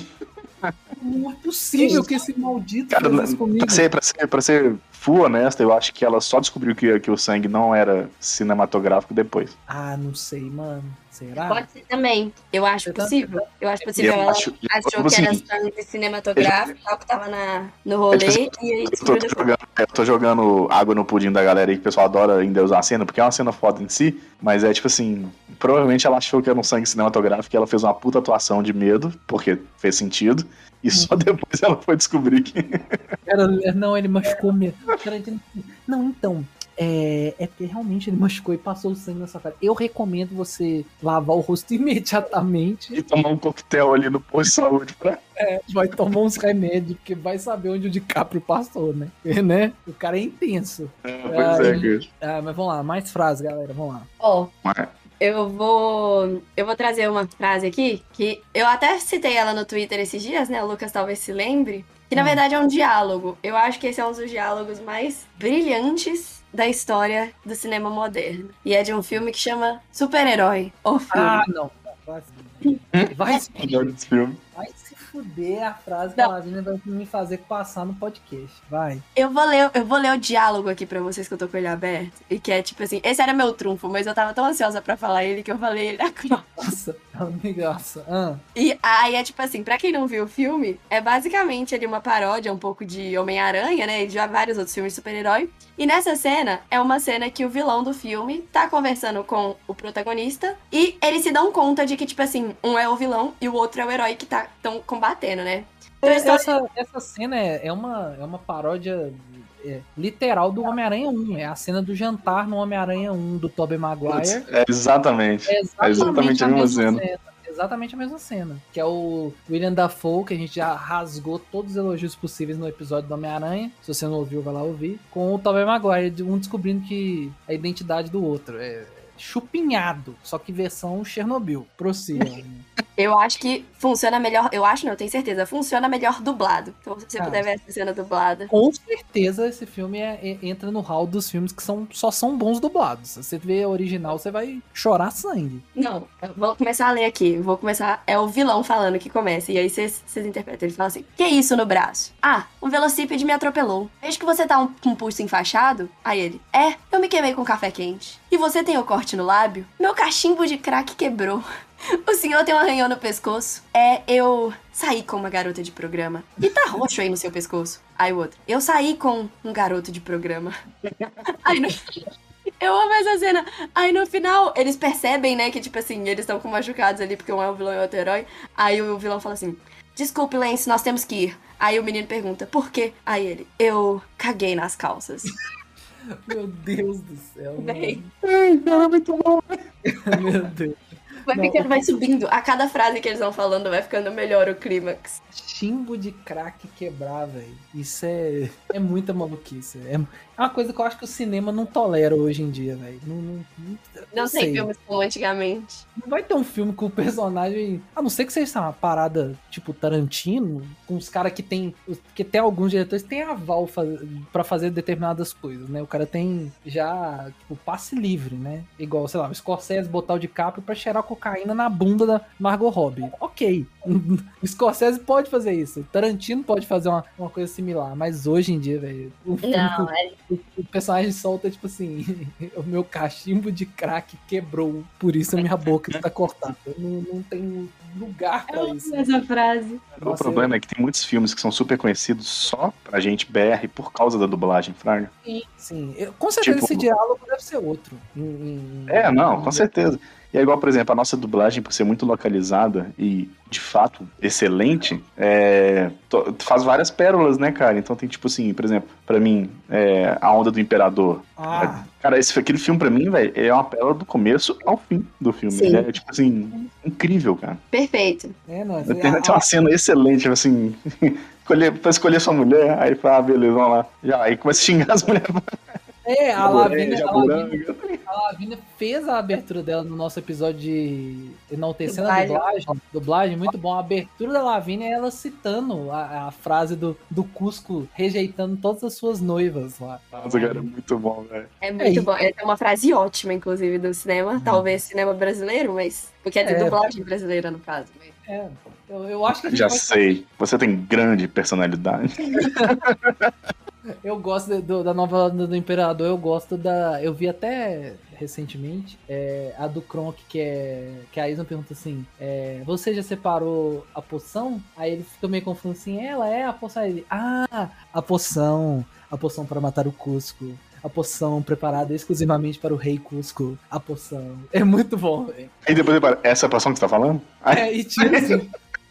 Não é possível que esse maldito Cara, fez isso comigo. pra ser, pra, ser, pra ser full honesta, eu acho que ela só descobriu que, que o sangue não era cinematográfico depois. Ah, não sei, mano. Será? pode ser também. Eu acho Você tá- possível. Eu acho possível. Eu Ela acho- eu- achou tipo que era assim, sangue cinematográfico, tal, que tava na, no rolê, e aí Eu tô, descobriu tô depois. jogando, eu tô jogando água no pudim da galera aí, que o pessoal adora ainda usar a cena, porque é uma cena foda em si, mas é tipo assim, provavelmente ela achou que era um sangue cinematográfico e ela fez uma puta atuação de medo, porque fez sentido, e só depois ela foi descobrir que... Cara, não, ele machucou mesmo. Cara, ele- Não, então. É, é porque realmente ele machucou e passou o sangue na sua cara. Eu recomendo você lavar o rosto imediatamente. e tomar um coquetel ali no posto de saúde pra... Vai tomar uns remédios, porque vai saber onde o DiCaprio passou, né? É, né? O cara é intenso. É, pois é, Ai. cara. Ah, mas vamos lá, mais frases, galera. Vamos lá. Ó, Mas- eu vou. Eu vou trazer uma frase aqui, que eu até citei ela no Twitter esses dias, né? O Lucas talvez se lembre. Que na Hum. verdade é um diálogo. Eu acho que esse é um dos diálogos mais brilhantes da história do cinema moderno. E é de um filme que chama Super-Herói, o filme. Ah, não. Vai se- Vai se, Melhor desse filme. vai se fuder a frase que a Lavínia vai me fazer passar no podcast. Vai. Eu vou ler, eu vou ler o diálogo aqui pra vocês que eu tô com ele aberto. E que é tipo assim, esse era meu trunfo, mas eu tava tão ansiosa pra falar ele que eu falei ele agora. Nossa, amigaça. Ah, E aí é tipo assim, pra quem não viu o filme, é basicamente ali uma paródia um pouco de Homem-Aranha, né? E de vários outros filmes de super-herói. E nessa cena, é uma cena que o vilão do filme tá conversando com o protagonista e eles se dão conta de que, tipo assim, um é o vilão e o outro é o herói que tá tão combatendo, né? Então, eles tão- essa, essa cena é, é, uma, é uma paródia é, literal do Homem-Aranha um. É a cena do jantar no Homem-Aranha um do Tobey Maguire. É exatamente. É É exatamente a mesma cena. Exatamente a mesma cena. Que é o William Dafoe, que a gente já rasgou todos os elogios possíveis no episódio do Homem-Aranha. Se você não ouviu, vai lá ouvir. Com o Tobey Maguire, um descobrindo que a identidade do outro é chupinhado, só que versão Chernobyl. Prossiga. Eu acho que funciona melhor. Eu acho, não, eu tenho certeza. Funciona melhor dublado. Então, se você Ah. puder ver essa cena dublada. Com certeza esse filme é- é- entra no hall dos filmes que são, só são bons dublados. Se você vê a original, você vai chorar sangue. Não, eu vou começar a ler aqui. Vou começar. É o vilão falando que começa. E aí vocês vocês interpretam. Ele fala assim: que isso no braço? Ah, um velocípede me atropelou. Vejo que você tá um, com um pulso enfaixado. Aí ele: é, eu me queimei com café quente. E você tem o corte no lábio? Meu cachimbo de crack quebrou. O senhor tem um arranhão no pescoço? É, eu saí com uma garota de programa. E tá roxo aí no seu pescoço. Aí o outro: eu saí com um garoto de programa. Aí no... Eu amo essa cena. Aí no final, eles percebem, né, que tipo assim, eles estão com machucados ali porque um é o vilão e o outro é o herói. Aí o vilão fala assim: desculpe, Lance, nós temos que ir. Aí o menino pergunta: por quê? Aí ele: eu caguei nas calças. Meu Deus do céu. Bem. Ai, cara, muito bom. Meu Deus. Vai ficando, vai subindo. A cada frase que eles vão falando vai ficando melhor o clímax. Chimbo de crack quebrar, velho. Isso é, é muita maluquice. É, é uma coisa que eu acho que o cinema não tolera hoje em dia, velho. Não, não, não, Não sei. tem filmes como antigamente. Não vai ter um filme com o personagem. A não ser que seja uma parada tipo Tarantino, com os caras que tem. Que tem alguns diretores que tem aval faz, pra fazer determinadas coisas, né? O cara tem já, tipo, passe livre, né? Igual, sei lá, o Scorsese botar o DiCaprio pra cheirar cocaína na bunda da Margot Robbie. Ok. O Scorsese pode fazer isso. Tarantino pode fazer uma, uma coisa similar. Mas hoje em dia, velho. O, Não, é... o, o personagem solta, tipo assim: o meu cachimbo de crack quebrou. Por isso a minha boca está cortada. Não, não tem lugar pra isso. Essa frase. O Nossa, problema eu... é que tem muitos filmes que são super conhecidos só pra gente B R por causa da dublagem, Fraga. Sim, sim. Eu, com certeza Tipo- esse diálogo deve ser outro. Em- em- É, não, com certeza. E é igual, por exemplo, a nossa dublagem, por ser muito localizada e, de fato, excelente, é, to- faz várias pérolas, né, cara? Então tem, tipo assim, por exemplo, pra mim, é, A Onda do Imperador. Ah, Cara, esse, aquele filme, pra mim, velho, é uma pérola do começo ao fim do filme. Sim. Ele é, tipo assim, incrível, cara. Perfeito. é, não. Tem, tem uma cena excelente, tipo assim, escolher, pra escolher sua mulher, aí fala, ah, beleza, vamos lá. Já, aí começa a xingar as mulheres. É, a Lavínia, a Jaburanga. Lavínia, a Lavínia fez a abertura dela no nosso episódio de enaltecendo a Dublagem. dublagem. Dublagem, muito bom. A abertura da Lavínia é ela citando a, a frase do, do Cusco, rejeitando todas as suas noivas lá. Nossa, cara, é muito bom, velho. É muito É, bom. É uma frase ótima, inclusive, do cinema. Talvez cinema brasileiro, mas. Porque é de É. dublagem brasileira, no caso. Mas... É, eu, eu acho que a gente Já vai- sei, você tem grande personalidade. Eu gosto de- do- da nova Onda do Imperador, eu gosto da. Eu vi até recentemente é, a do Kronk, que é. Que a Isa pergunta assim: é, você já separou a poção? Aí ele fica meio confuso assim: ela é a poção. Aí ele, ah, a poção. A poção para matar o Cusco. A poção preparada exclusivamente para o rei Cusco. A poção. É muito bom, velho. Aí depois ele para, essa é a poção que você tá falando? Aí, É, e tira assim.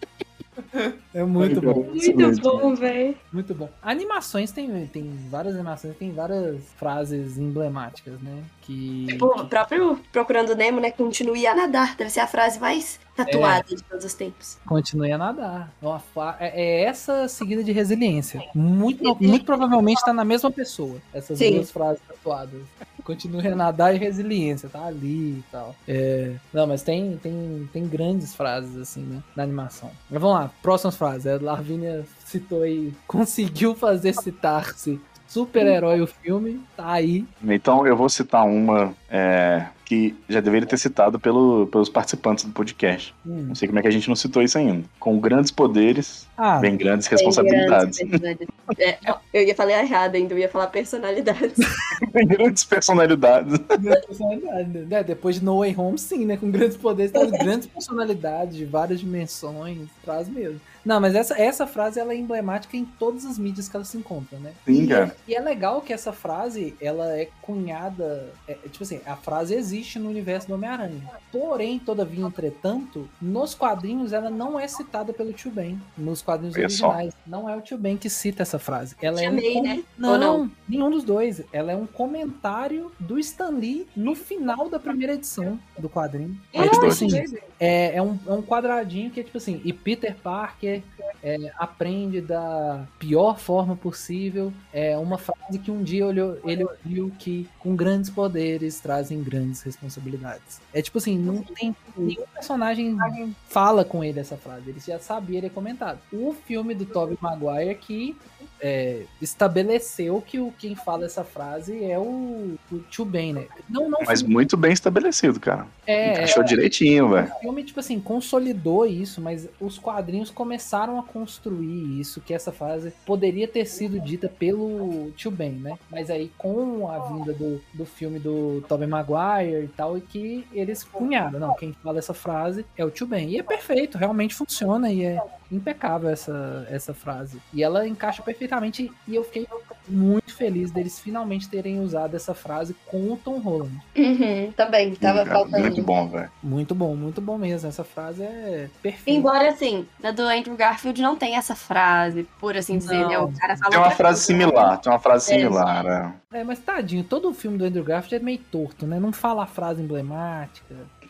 É muito Ai, cara, bom. Muito excelente. bom, velho. Muito bom. Animações tem, tem várias animações, tem várias frases emblemáticas, né? Que. Tipo, o próprio Procurando Nemo, né? Continue a nadar. Deve ser a frase mais tatuada de todos os tempos. Continue a nadar. Uma fa- É é essa seguida de resiliência. Muito, muito provavelmente tá na mesma pessoa. Essas Sim. duas frases tatuadas. Continue a nadar e resiliência, tá ali e tal. É, não, mas tem, tem, tem grandes frases assim, né? Na animação. Mas vamos lá, próximas frases. A Lavínia citou aí, conseguiu fazer citar-se super-herói o filme, tá aí. Então eu vou citar uma é, que já deveria ter citado pelo, pelos participantes do podcast. Hum. Não sei como é que a gente não citou isso ainda. Com grandes poderes, Ah, vem grandes responsabilidades. Tem grandes personalidades. É, eu ia falar errado ainda, eu ia falar personalidades. Vem grandes personalidades. grande personalidade, né? Depois de No Way Home, sim, né? Com grandes poderes, traz grandes personalidades de várias dimensões, traz mesmo. Não, mas essa, essa frase ela é emblemática em todas as mídias que ela se encontra, né? Sim, e, cara. E é legal que essa frase, ela é cunhada... é, tipo assim, a frase existe no universo do Homem-Aranha. Porém, todavia, entretanto, nos quadrinhos ela não é citada pelo Tio Ben. Nos quadrinhos Olha só. originais. Não é o Tio Ben que cita essa frase. Ela é um Chamei, com- né? Não, Ou não? nenhum dos dois. Ela é um comentário do Stan Lee no final da primeira edição do quadrinho. Ah, É, que tipo doido. assim, é, é, um, é um quadradinho que é tipo assim, e Peter Parker é, aprende da pior forma possível. É uma frase que um dia olhou, ele ouviu que com grandes poderes trazem grandes responsabilidades. É tipo assim, não tem nenhum personagem fala com ele essa frase. Ele já sabia, ele é comentado. O filme do Tobey Maguire que é, estabeleceu que o quem fala essa frase é o, o Tio Ben, né? Não, não Mas muito bem estabelecido, cara. é, Encaixou direitinho, velho. o filme, tipo assim, consolidou isso, mas os quadrinhos começaram a construir isso, que essa frase poderia ter sido dita pelo Tio Ben, né? Mas aí, com a vinda do, do filme do Tobey Maguire e tal, e que eles cunharam, não, quem fala essa frase é o Tio Ben. E é perfeito, realmente funciona e é impecável essa, essa frase. E ela encaixa perfeitamente e eu fiquei muito feliz deles finalmente terem usado essa frase com o Tom Holland. Uhum, também, tava Cara, faltando. muito bom, velho. Muito bom, muito bom mesmo. Essa frase é perfeita. Embora, assim, na do Andrew Garfield não tem essa frase, por assim dizer, Não. né? O cara fala Tem uma outra frase coisa. similar, tem uma frase É, similar. É. É, mas tadinho, todo o filme do Andrew Garfield é meio torto, né? Não fala a frase emblemática.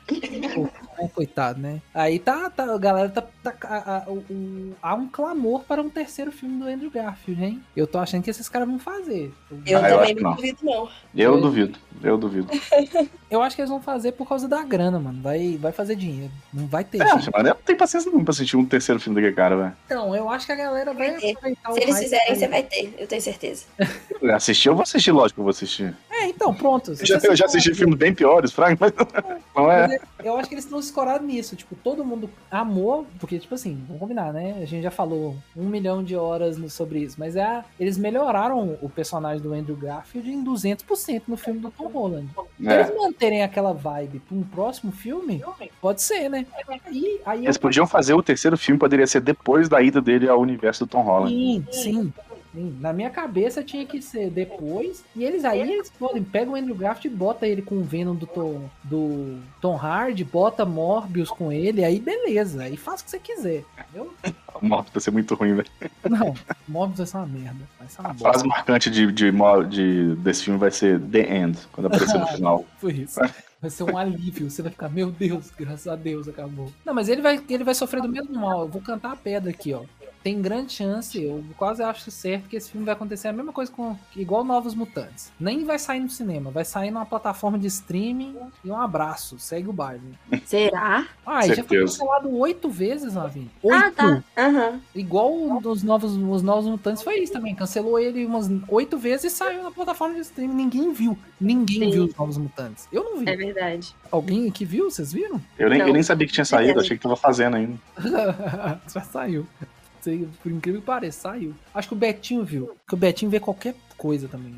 Pô, é, coitado, né? Aí tá, tá a galera tá. tá a, a, o, o, há um clamor para um terceiro filme do Andrew Garfield, hein? Eu tô achando que esses caras vão fazer. Eu Ah, eu também acho que não não. duvido, não. Eu duvido, eu duvido. Eu acho que eles vão fazer por causa da grana, mano. Vai, vai fazer dinheiro. Não vai ter É, jeito. mano, eu não tenho paciência nenhuma pra assistir um terceiro filme daquele cara, velho. Então, eu acho que a galera vai Vai ter. aproveitar o Se eles hype fizerem, aí. você vai ter, eu tenho certeza. Assistir, eu vou assistir, lógico que eu vou assistir. É, então, pronto. Eu já, eu já assisti filmes bem piores, Fraga, mas não é. Mas é- Eu acho que eles estão escorados nisso. Tipo, todo mundo amou, porque, tipo assim, vamos combinar, né? A gente já falou um milhão de horas no- sobre isso, mas é a- eles melhoraram o personagem do Andrew Garfield em duzentos por cento no filme do Tom Holland. Se É. eles manterem aquela vibe pra um próximo filme, pode ser, né? E aí eu Eles podiam fazer o terceiro filme, poderia ser depois da ida dele ao universo do Tom Holland. Sim, sim. Sim. Na minha cabeça tinha que ser depois. E eles aí eles podem, pegam o Andrew Garfield e bota ele com o Venom do Tom, do Tom Hardy, bota Morbius com ele, aí beleza. Aí faz o que você quiser, entendeu? O Morbius vai ser muito ruim, velho. Não, Morbius vai ser uma merda. Vai ser uma A bosta. frase marcante de, de, Mo- de- desse filme vai ser The End, quando aparecer no final. Foi isso. Vai ser um alívio. Você vai ficar, meu Deus, graças a Deus, acabou. Não, mas ele vai, ele vai sofrer do mesmo mal. Eu vou cantar a pedra aqui, ó. Tem grande chance, eu quase acho certo que esse filme vai acontecer a mesma coisa com igual Novos Mutantes. Nem vai sair no cinema, vai sair numa plataforma de streaming e um abraço, segue o baile. Será? Ah, e já foi Certeza. cancelado oito vezes, Lavinho. Oito. Ah, tá. Aham. Igual o dos novos, os Novos Mutantes foi isso também. Cancelou ele umas oito vezes e saiu na plataforma de streaming. Ninguém viu. Ninguém Sim. viu os Novos Mutantes. Eu não vi. É verdade. Alguém aqui viu? Vocês viram? Eu nem, Não. eu nem sabia que tinha saído, achei que tava fazendo ainda. Já saiu. Sei, por incrível que pareça, saiu. Acho que o Betinho viu. Porque o Betinho vê qualquer coisa também.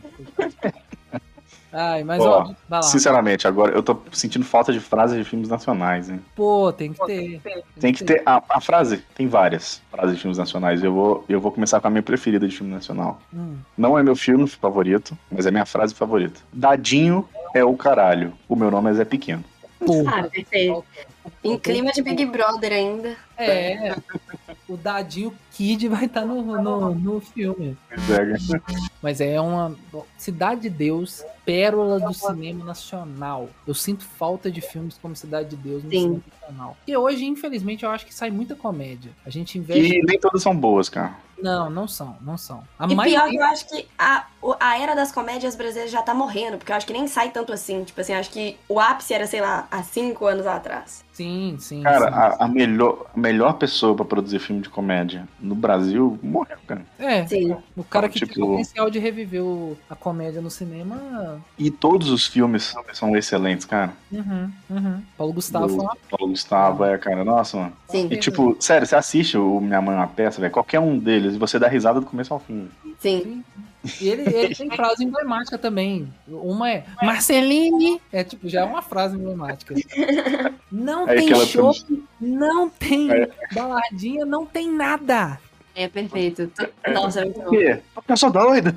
Ai, mas ó, Ó, vai lá. Sinceramente, agora eu tô sentindo falta de frases de filmes nacionais, hein? Pô, tem que ter. Tem que ter. A, a frase, tem várias frases de filmes nacionais. Eu vou, eu vou começar com a minha preferida de filme nacional. Hum. Não é meu filme favorito, mas é minha frase favorita. Dadinho é o caralho. O meu nome é Zé Pequeno. Ah, Porra. perfeito. Em clima de Big Brother ainda. É. O Dadinho Kid vai estar no, no, no filme. Mas é uma Cidade de Deus, pérola do cinema nacional. Eu sinto falta de filmes como Cidade de Deus no Sim. cinema nacional. E hoje, infelizmente, eu acho que sai muita comédia. A gente investe. E nem todas são boas, cara. Não, não são, não são. A E pior maioria- que eu acho que a, o- a era das comédias brasileiras já tá morrendo, porque eu acho que nem sai tanto assim. Tipo assim, acho que o ápice era, sei lá, há cinco anos atrás. Sim, sim. Cara, sim. a, a melhor, a melhor pessoa pra produzir filme de comédia no Brasil morreu, cara. É, Sim. o cara que Tipo- tem o potencial de reviver o- a comédia no cinema. E todos os filmes são excelentes, cara. Uhum, uhum. Paulo Gustavo Do foi uma. Paulo Gustavo, é, cara. Nossa, mano. Sim, E tipo, sério, você assiste o Minha Mãe é uma Peça, velho, qualquer um deles, e você dá risada do começo ao fim. sim. E ele, ele tem frase emblemática também. Uma é Marceline. É tipo, já é uma frase emblemática. Não É tem aquela show, não tem É. baladinha, não tem nada. É perfeito. Nossa, é muito Por bom. quê? Porque eu sou doido.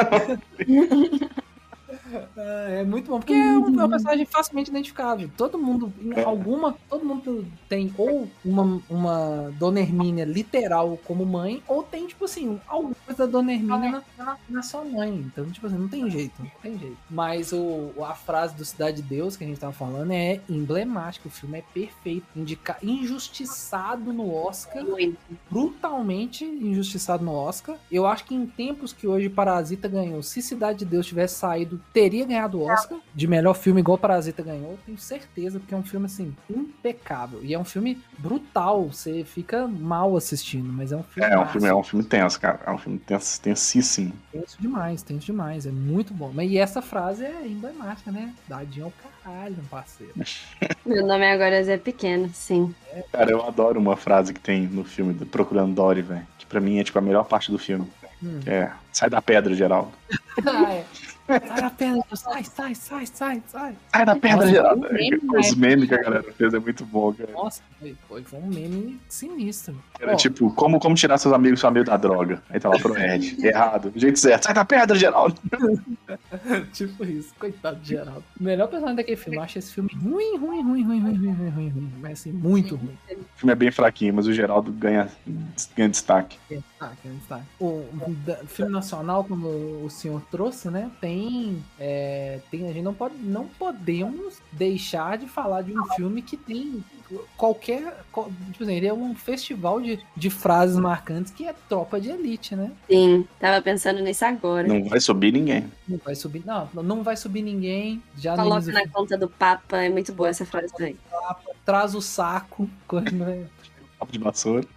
É muito bom, porque é um, é um personagem facilmente identificável. Todo mundo, em alguma, todo mundo tem ou uma, uma Dona Hermínia literal como mãe, ou tem, tipo assim, alguma coisa da Dona Hermínia na, na, na sua mãe. Então, tipo assim, não tem jeito, não tem jeito. Mas o, a frase do Cidade de Deus que a gente tava falando é emblemática. O filme é perfeito. Indica, injustiçado no Oscar. Muito. Brutalmente injustiçado no Oscar. Eu acho que em tempos que hoje Parasita ganhou, se Cidade de Deus tivesse saído, teria ganhado o Oscar de melhor filme igual Parasita ganhou, tenho certeza, porque é um filme assim impecável e é um filme brutal, você fica mal assistindo, mas é um filme É um massa. filme, é um filme tenso, cara. É um filme tenso, tensíssimo. Tenso demais, tenso demais, é muito bom. Mas e essa frase é emblemática, né? Dadinho ao caralho, parceiro. Meu nome agora é Zé Pequeno, sim. Cara, eu adoro uma frase que tem no filme do Procurando Dory, velho. Que pra mim é tipo a melhor parte do filme. Hum. É, sai da pedra, Geraldo. Ah, é. Sai da pedra, sai, sai, sai, sai, sai. Sai da pedra, Nossa, Geraldo. o meme, Os né? memes que a galera fez é muito bom, cara. Nossa, foi, foi, foi um meme sinistro. Era Ó, tipo, como, como tirar seus amigos seu amigo da droga. Aí tá lá pro Ed. Errado. Do jeito certo. Sai da pedra, Geraldo. tipo isso, coitado de Geraldo. O melhor personagem daquele filme, eu acho esse filme ruim, ruim, ruim, ruim, ruim, ruim, ruim, ruim, ruim. Mas assim, muito ruim. O filme é bem fraquinho, mas o Geraldo ganha, ganha destaque. Ah, que não está. O da- filme nacional, como o senhor trouxe, né? Tem tem, é, tem. A gente não pode. Não podemos deixar de falar de um filme que tem qualquer. Tipo assim, ele é um festival de, de frases marcantes que é Tropa de Elite, né? Sim, tava pensando nisso agora. Não vai subir ninguém. Não vai subir. Não, não vai subir ninguém. Já Coloca no na conta do Papa, é muito boa essa frase também. Traz o saco. Quando é... Papo de vassoura.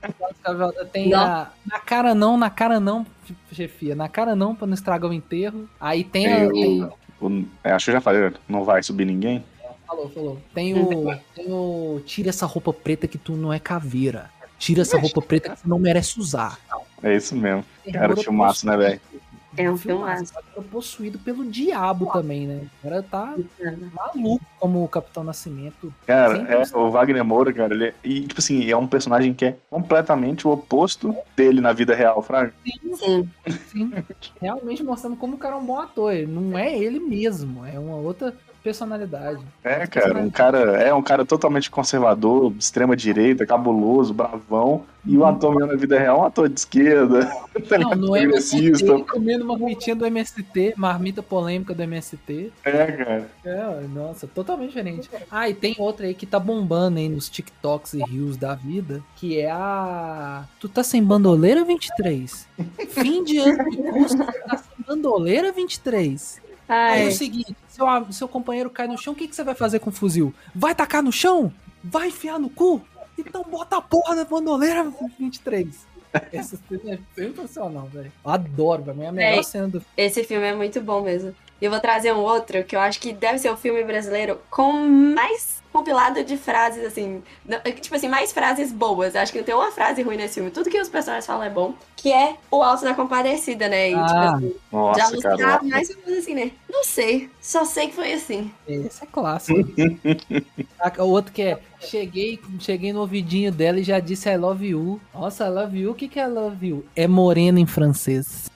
Tem a, na cara não, na cara não, chefia. Na cara não, pra não estragar o enterro. Aí tem a. Eu, Tem... o, é, acho que eu já falei, não vai subir ninguém. Falou, falou. Tem o, tem o. Tira essa roupa preta que tu não é caveira. Tira essa roupa preta que tu não merece usar. É isso mesmo. Tem Cara, agora filmaço, né, velho? É um filmaço. Era possuído pelo diabo também, né? O cara tá maluco como o Capitão Nascimento. Cara, é, cem por cento. o Wagner Moura, cara, ele é, e, tipo assim, é um personagem que é completamente o oposto dele na vida real, Fraga. Sim. Sim. Realmente mostrando como o cara é um bom ator. Ele não é ele mesmo, é uma outra personalidade. É, cara, um cara, é um cara totalmente conservador, extrema direita, cabuloso, bravão, e o ator mesmo na vida real é um ator de esquerda, tá Não, ligado? no M S T, Progressista. comendo marmitinha do M S T, marmita polêmica do M S T. É, cara. É, nossa, totalmente diferente. Ah, e tem outra aí que tá bombando aí nos TikToks e Reels da vida, que é a... Tu tá sem bandoleira, vinte e três? Fim de ano de curso, tu tá sem bandoleira, vinte e três? Aí é Ai, o seguinte, seu, seu companheiro cai no chão, o que, que você vai fazer com o fuzil? Vai tacar no chão? Vai enfiar no cu? Então bota a porra da bandoleira vinte e três. Essa cena é sensacional, velho. Adoro, pra mim é a melhor Véi. cena do filme. esse filme é muito bom mesmo. E eu vou trazer um outro que eu acho que deve ser o filme brasileiro com mais compilado de frases, assim. não- Tipo assim, mais frases boas. Eu acho que não tem uma frase ruim nesse filme. Tudo que os personagens falam é bom. Que é o Alto da Compadecida, né? E, Ah. tipo assim, já Nossa, mostrava cara. mais ou menos assim, né? Não sei. Só sei que foi assim. Esse é clássico. A- O outro que é, cheguei, cheguei no ouvidinho dela e já disse I love you. Nossa, I love you, o que que é I love you? É morena em francês.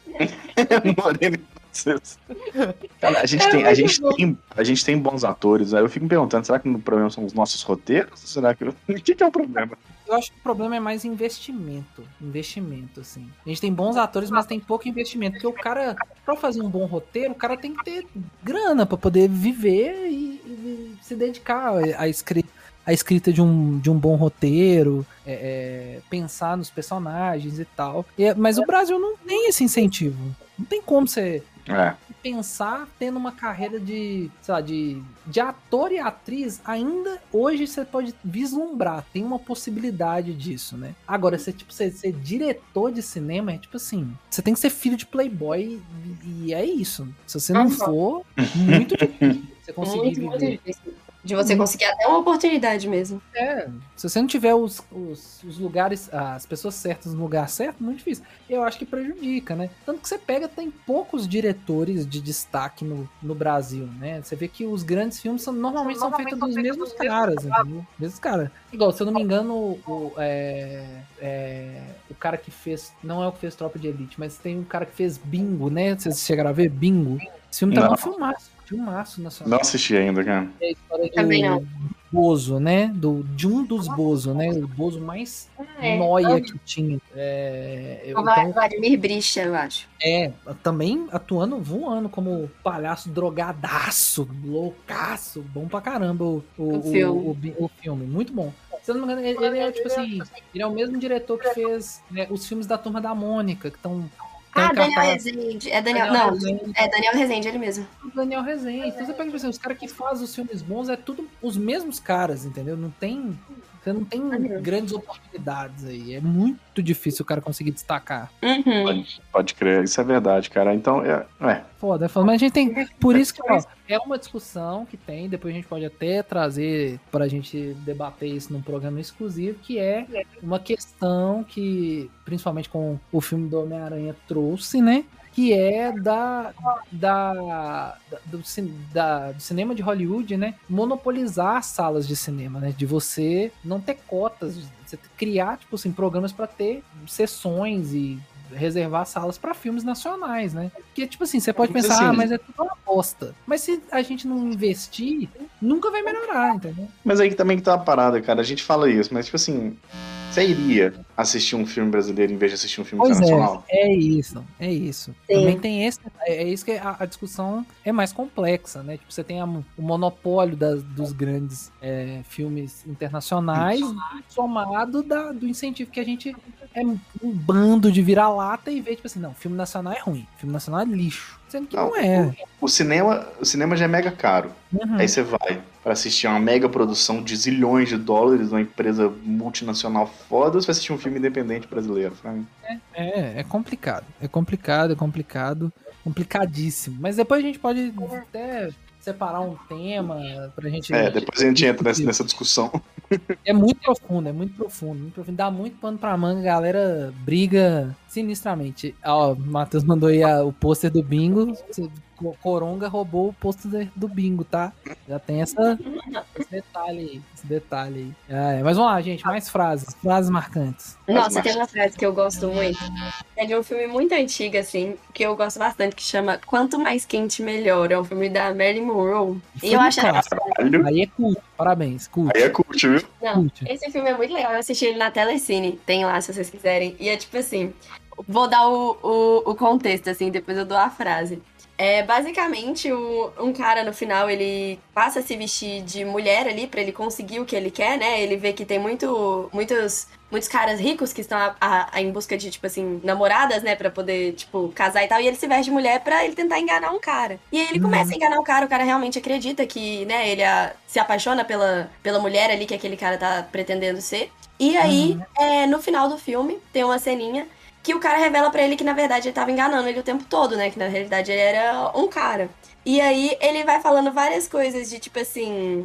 Moreno e francês. Cara, a gente, tem, a, gente tem, a gente tem bons atores, aí eu fico me perguntando, será que o problema são os nossos roteiros? Será que... O que, que é o problema? Eu acho que o problema é mais investimento. Investimento, assim. A gente tem bons atores, mas tem pouco investimento. Porque o cara, pra fazer um bom roteiro, o cara tem que ter grana pra poder viver e, e se dedicar à escrita, à escrita de um, de um bom roteiro, é, é, pensar nos personagens e tal. E- mas o Brasil não tem esse incentivo. Não tem como você É, pensar tendo uma carreira de, sei lá, de, de ator e atriz, ainda hoje você pode vislumbrar, tem uma possibilidade disso, né? Agora, você, tipo, você ser diretor de cinema é tipo assim, você tem que ser filho de playboy e, e é isso. Se você não Uhum. for, muito difícil você conseguir Muito, muito viver. difícil. De você conseguir até uma oportunidade mesmo. É, se você não tiver os, os, os lugares, as pessoas certas no lugar certo, muito difícil. Eu acho que prejudica, né? Tanto que você pega, tem poucos diretores de destaque no, no Brasil, né? Você vê que os grandes filmes são, normalmente são feitos dos mesmos caras, entendeu? Mesmos caras. Igual, se eu não me engano, o, é, é, o cara que fez, não é o que fez Tropa de Elite, mas tem um cara que fez Bingo, né? Vocês chegaram a ver Bingo? Esse filme tá Não. um filmaço, filmaço nacional. não assisti ainda, cara. É a história do Também não. Bozo, né? Do, de um dos Bozo, né? O Bozo mais É. nóia que tinha. É, eu- O então, Vladimir Bricha, eu acho. é, também atuando, voando como palhaço drogadaço, loucaço, bom pra caramba o, o, O o- filme. o bi- o filme, muito bom. Se eu não me engano, ele, ele é tipo assim, ele é o mesmo diretor que fez né, os filmes da Turma da Mônica, que estão Ah, Daniel Rezende. É Daniel. Não, é Daniel Rezende, ele mesmo. Daniel Rezende. Então você pega, tipo assim, os caras que fazem os filmes bons é tudo os mesmos caras, entendeu? Não tem. Você não tem Uhum. grandes oportunidades aí. É muito difícil o cara conseguir destacar. Uhum. Pode, pode crer, isso é verdade, cara. Então, é, é, Foda, é foda. Mas a gente tem. Por isso que, ó, é uma discussão que tem, depois a gente pode até trazer pra gente debater isso num programa exclusivo, que é uma questão que, principalmente com o filme do Homem-Aranha, trouxe, né? Que é da, da, da- do, cin- da- do cinema de Hollywood, né? Monopolizar as salas de cinema, né? De você não ter cotas, de você criar, tipo assim, programas pra ter sessões e reservar salas pra filmes nacionais, né? Porque, tipo assim, você pode Mas, pensar, assim, ah, mas é tudo uma aposta. Mas se a gente não investir, nunca vai melhorar, entendeu? mas aí também que tá uma parada, cara. A gente fala isso, mas tipo assim, Você iria assistir um filme brasileiro em vez de assistir um filme Pois internacional? é, é isso, é isso. Sim. Também tem esse, é isso que a, a discussão é mais complexa, né? Tipo, você tem a- o monopólio das- dos grandes é, filmes internacionais, somado da- do incentivo que a gente é um bando de vira-lata e vê, tipo assim, não, filme nacional é ruim, filme nacional é lixo. Sendo que não, Não, é. O cinema, o cinema já é mega caro. Uhum. Aí você vai pra assistir uma mega produção de zilhões de dólares, uma empresa multinacional foda, ou você vai assistir um filme independente brasileiro, sabe? É, é complicado. É complicado, é complicado. Complicadíssimo. Mas depois a gente pode até separar um tema pra gente. É, depois a gente entra nessa, nessa discussão. É muito profundo, é muito profundo, muito profundo. Dá muito pano pra manga, a galera briga sinistramente. Ó, o Matheus mandou aí a- o pôster do bingo. Co- Coronga roubou o pôster do bingo, tá? Já tem essa, esse detalhe aí. Esse detalhe aí. Ah, é. Mas vamos lá, gente, mais frases. Frases marcantes. Nossa, Mas- tem uma frase que eu gosto muito. É de um filme muito antigo, assim, que eu gosto bastante, que chama Quanto Mais Quente Melhor. É um filme da Marilyn Monroe. E eu acho ela... Caralho. Aí é cult, parabéns, cult. Aí é cult, viu? Não, Cult. esse filme é muito legal. Eu assisti ele na Telecine. Tem lá, se vocês quiserem. E é tipo assim... Vou dar o, o, o contexto, assim, depois eu dou a frase. É, basicamente, o, um cara no final, ele passa a se vestir de mulher ali pra ele conseguir o que ele quer, né? Ele vê que tem muito, muitos, muitos caras ricos que estão a, a- a- em busca de, tipo assim, namoradas, né? Pra poder, tipo, casar e tal. E ele se veste de mulher pra ele tentar enganar um cara. E aí ele Uhum. começa a enganar o cara, o cara realmente acredita que, né? Ele a- se apaixona pela, pela mulher ali que aquele cara tá pretendendo ser. E aí, é, no final do filme, tem uma ceninha que o cara revela pra ele que, na verdade, ele tava enganando ele o tempo todo, né? Que, na realidade, ele era um cara. E aí, ele vai falando várias coisas de, tipo assim...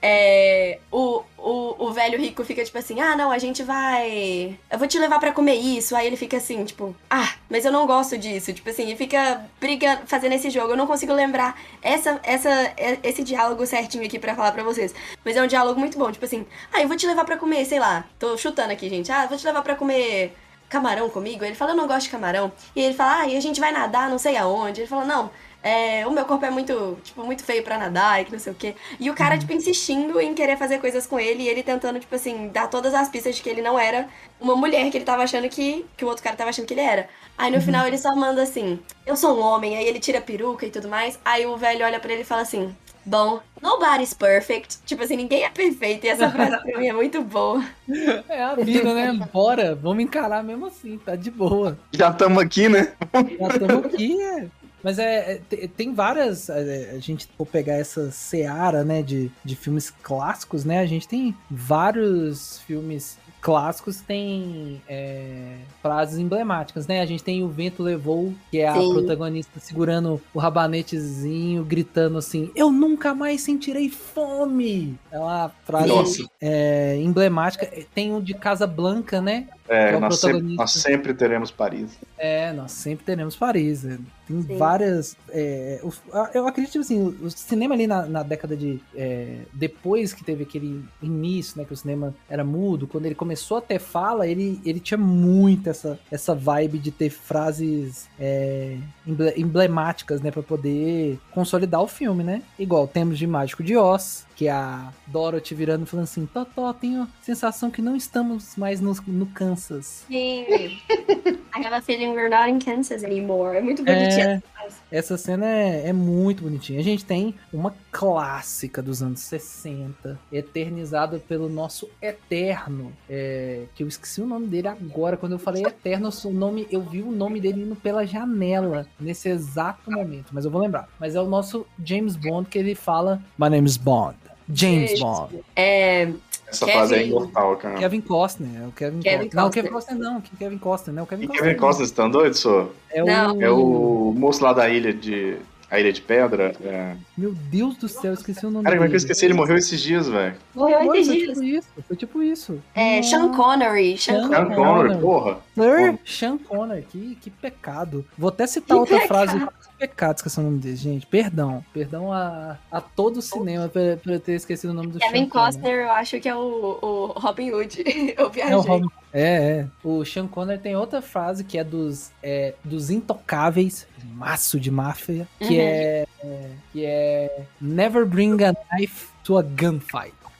É, o, o, o velho rico fica tipo assim, ah, não, a gente vai... Eu vou te levar pra comer isso. Aí ele fica assim, tipo, ah, mas eu não gosto disso. Tipo assim, e fica brigando, fazendo esse jogo. Eu não consigo lembrar essa, essa, esse diálogo certinho aqui pra falar pra vocês. Mas é um diálogo muito bom. Tipo assim, ah, eu vou te levar pra comer, sei lá. Tô chutando aqui, gente. Ah, eu vou te levar pra comer... camarão comigo, ele fala, eu não gosto de camarão. E ele fala, ah, e a gente vai nadar não sei aonde. Ele fala, não, é, o meu corpo é muito, tipo, muito feio pra nadar e que não sei o quê. E o cara, tipo, insistindo em querer fazer coisas com ele e ele tentando, tipo assim, dar todas as pistas de que ele não era uma mulher que ele tava achando que, que o outro cara tava achando que ele era. Aí no final ele só manda assim, eu sou um homem, aí ele tira a peruca e tudo mais. Aí o velho olha pra ele e fala assim, bom, nobody's perfect. Tipo assim, ninguém é perfeito. E essa frase pra mim é muito boa. É a vida, né? Bora, vamos encarar mesmo assim, tá de boa. Já estamos aqui, né? Já estamos aqui, é. Mas é, é, te- tem várias. é, A gente for pegar essa seara, né, de, de filmes clássicos, né? A gente tem vários filmes clássicos que tem é, frases emblemáticas, né? A gente tem O Vento Levou, que é a Sim. protagonista segurando o rabanetezinho, gritando assim: Eu nunca mais sentirei fome! É uma frase Nossa. é, emblemática. Tem o de Casablanca, né? É, Que é o nós, sempre, protagonista. nós sempre teremos Paris. É, nós sempre teremos Paris. né? Tem Sim. várias. é, o- eu acredito assim, o, o cinema ali na, na década de. é, depois que teve aquele início, né? Que o cinema era mudo, quando ele começou a ter fala, ele, ele tinha muito essa, essa vibe de ter frases é, emble- emblemáticas, né? Pra poder consolidar o filme, né? Igual temos de Mágico de Oz, que é a Dorothy virando e falando assim: Totó, tenho a sensação que não estamos mais no, no Kansas. Sim. I have a feeling we're not in Kansas anymore. É muito bonitinha. É, essa cena é, é muito bonitinha. A gente tem uma clássica dos anos sessenta, eternizada pelo nosso Eterno, é, que eu esqueci o nome dele agora. Quando eu falei Eterno, o nome, eu vi o nome dele indo pela janela nesse exato momento, mas eu vou lembrar. Mas é o nosso James Bond, que ele fala: My name is Bond. James Gente, Bond. É, Essa Kevin- frase é imortal, cara. Kevin Costner. É o Kevin, Kevin Costner. Não, Costner. Kevin Costner não. que Kevin Costner, não. Kevin E Costner. Kevin Costner, você tá doido, senhor? É Não. o... É o moço lá da ilha de... A Ilha de Pedra. É... Meu Deus do céu, eu esqueci o nome Cara, como é que eu dele. esqueci? Ele morreu esses dias, velho. morreu Foi, esses foi dias. tipo isso, foi tipo isso. É, Sean Connery. Sean Sean Sean Connery. Connery, Connery. porra. Sir Sean Connery, que, que pecado. Vou até citar Que outra pecado. frase. Que pecado, esqueci o nome dele, gente. Perdão. Perdão a, a todo o cinema por, por eu ter esquecido o nome do Kevin Sean Connery. Costner, eu acho que é o, o Robin Hood. Eu viajei. É, o Robin- é, é. O Sean Connery tem outra frase que é dos, é, dos intocáveis, maço de máfia, que, Uhum. é, é- que é Never bring a knife to a gunfight.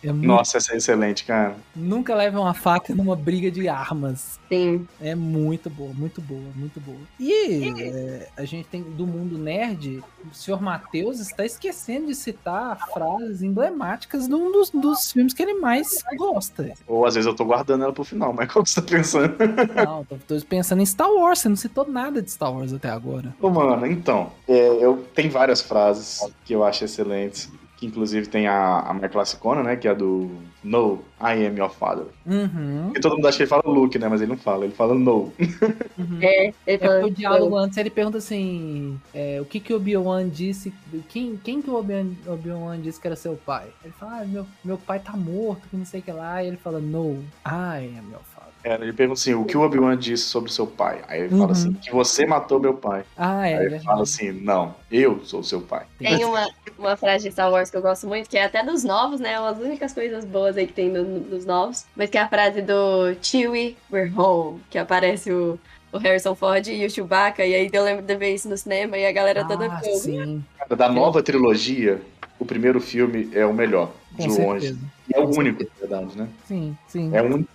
É muito... Nossa, essa é excelente, cara. Nunca leve uma faca numa briga de armas. Sim. É muito boa, muito boa, muito boa. E é, a gente tem do mundo nerd, o senhor Matheus está esquecendo de citar frases emblemáticas de um dos, dos filmes que ele mais gosta. Ou às vezes eu tô guardando ela pro final, mas qual que você tá pensando? Não, tô, tô pensando em Star Wars, você não citou nada de Star Wars até agora. Ô, mano, então, é, eu tem várias frases que eu acho excelentes. Que inclusive tem a, a mais classicona, né? Que é a do No, I am your father. Uhum. E todo mundo acha que ele fala Luke, né? Mas ele não fala, ele fala No. Uhum. É, ele É falou, porque o diálogo antes ele pergunta assim: é, o que que o Obi-Wan disse? Quem, quem que o Obi-Wan Obi-Wan disse que era seu pai? Ele fala: ah, meu, meu pai tá morto, que não sei o que lá. E ele fala: No, I am your father. É, ele pergunta assim: o que o Obi-Wan disse sobre o seu pai? Aí ele Uhum. fala assim: que você matou meu pai. Ah, é. Aí ele verdade. fala assim: não, eu sou seu pai. Tem uma, uma frase de Star Wars que eu gosto muito, que é até dos novos, né? Uma das únicas coisas boas aí que tem no, no, dos novos. Mas que é a frase do Chewie, we're home. Que aparece o, o Harrison Ford e o Chewbacca. E aí eu lembro de ver isso no cinema e a galera toda Ah, ficou. sim, Da nova trilogia, o primeiro filme é o melhor, com de longe. certeza. E é o único, na verdade, né? Sim, sim. É o único.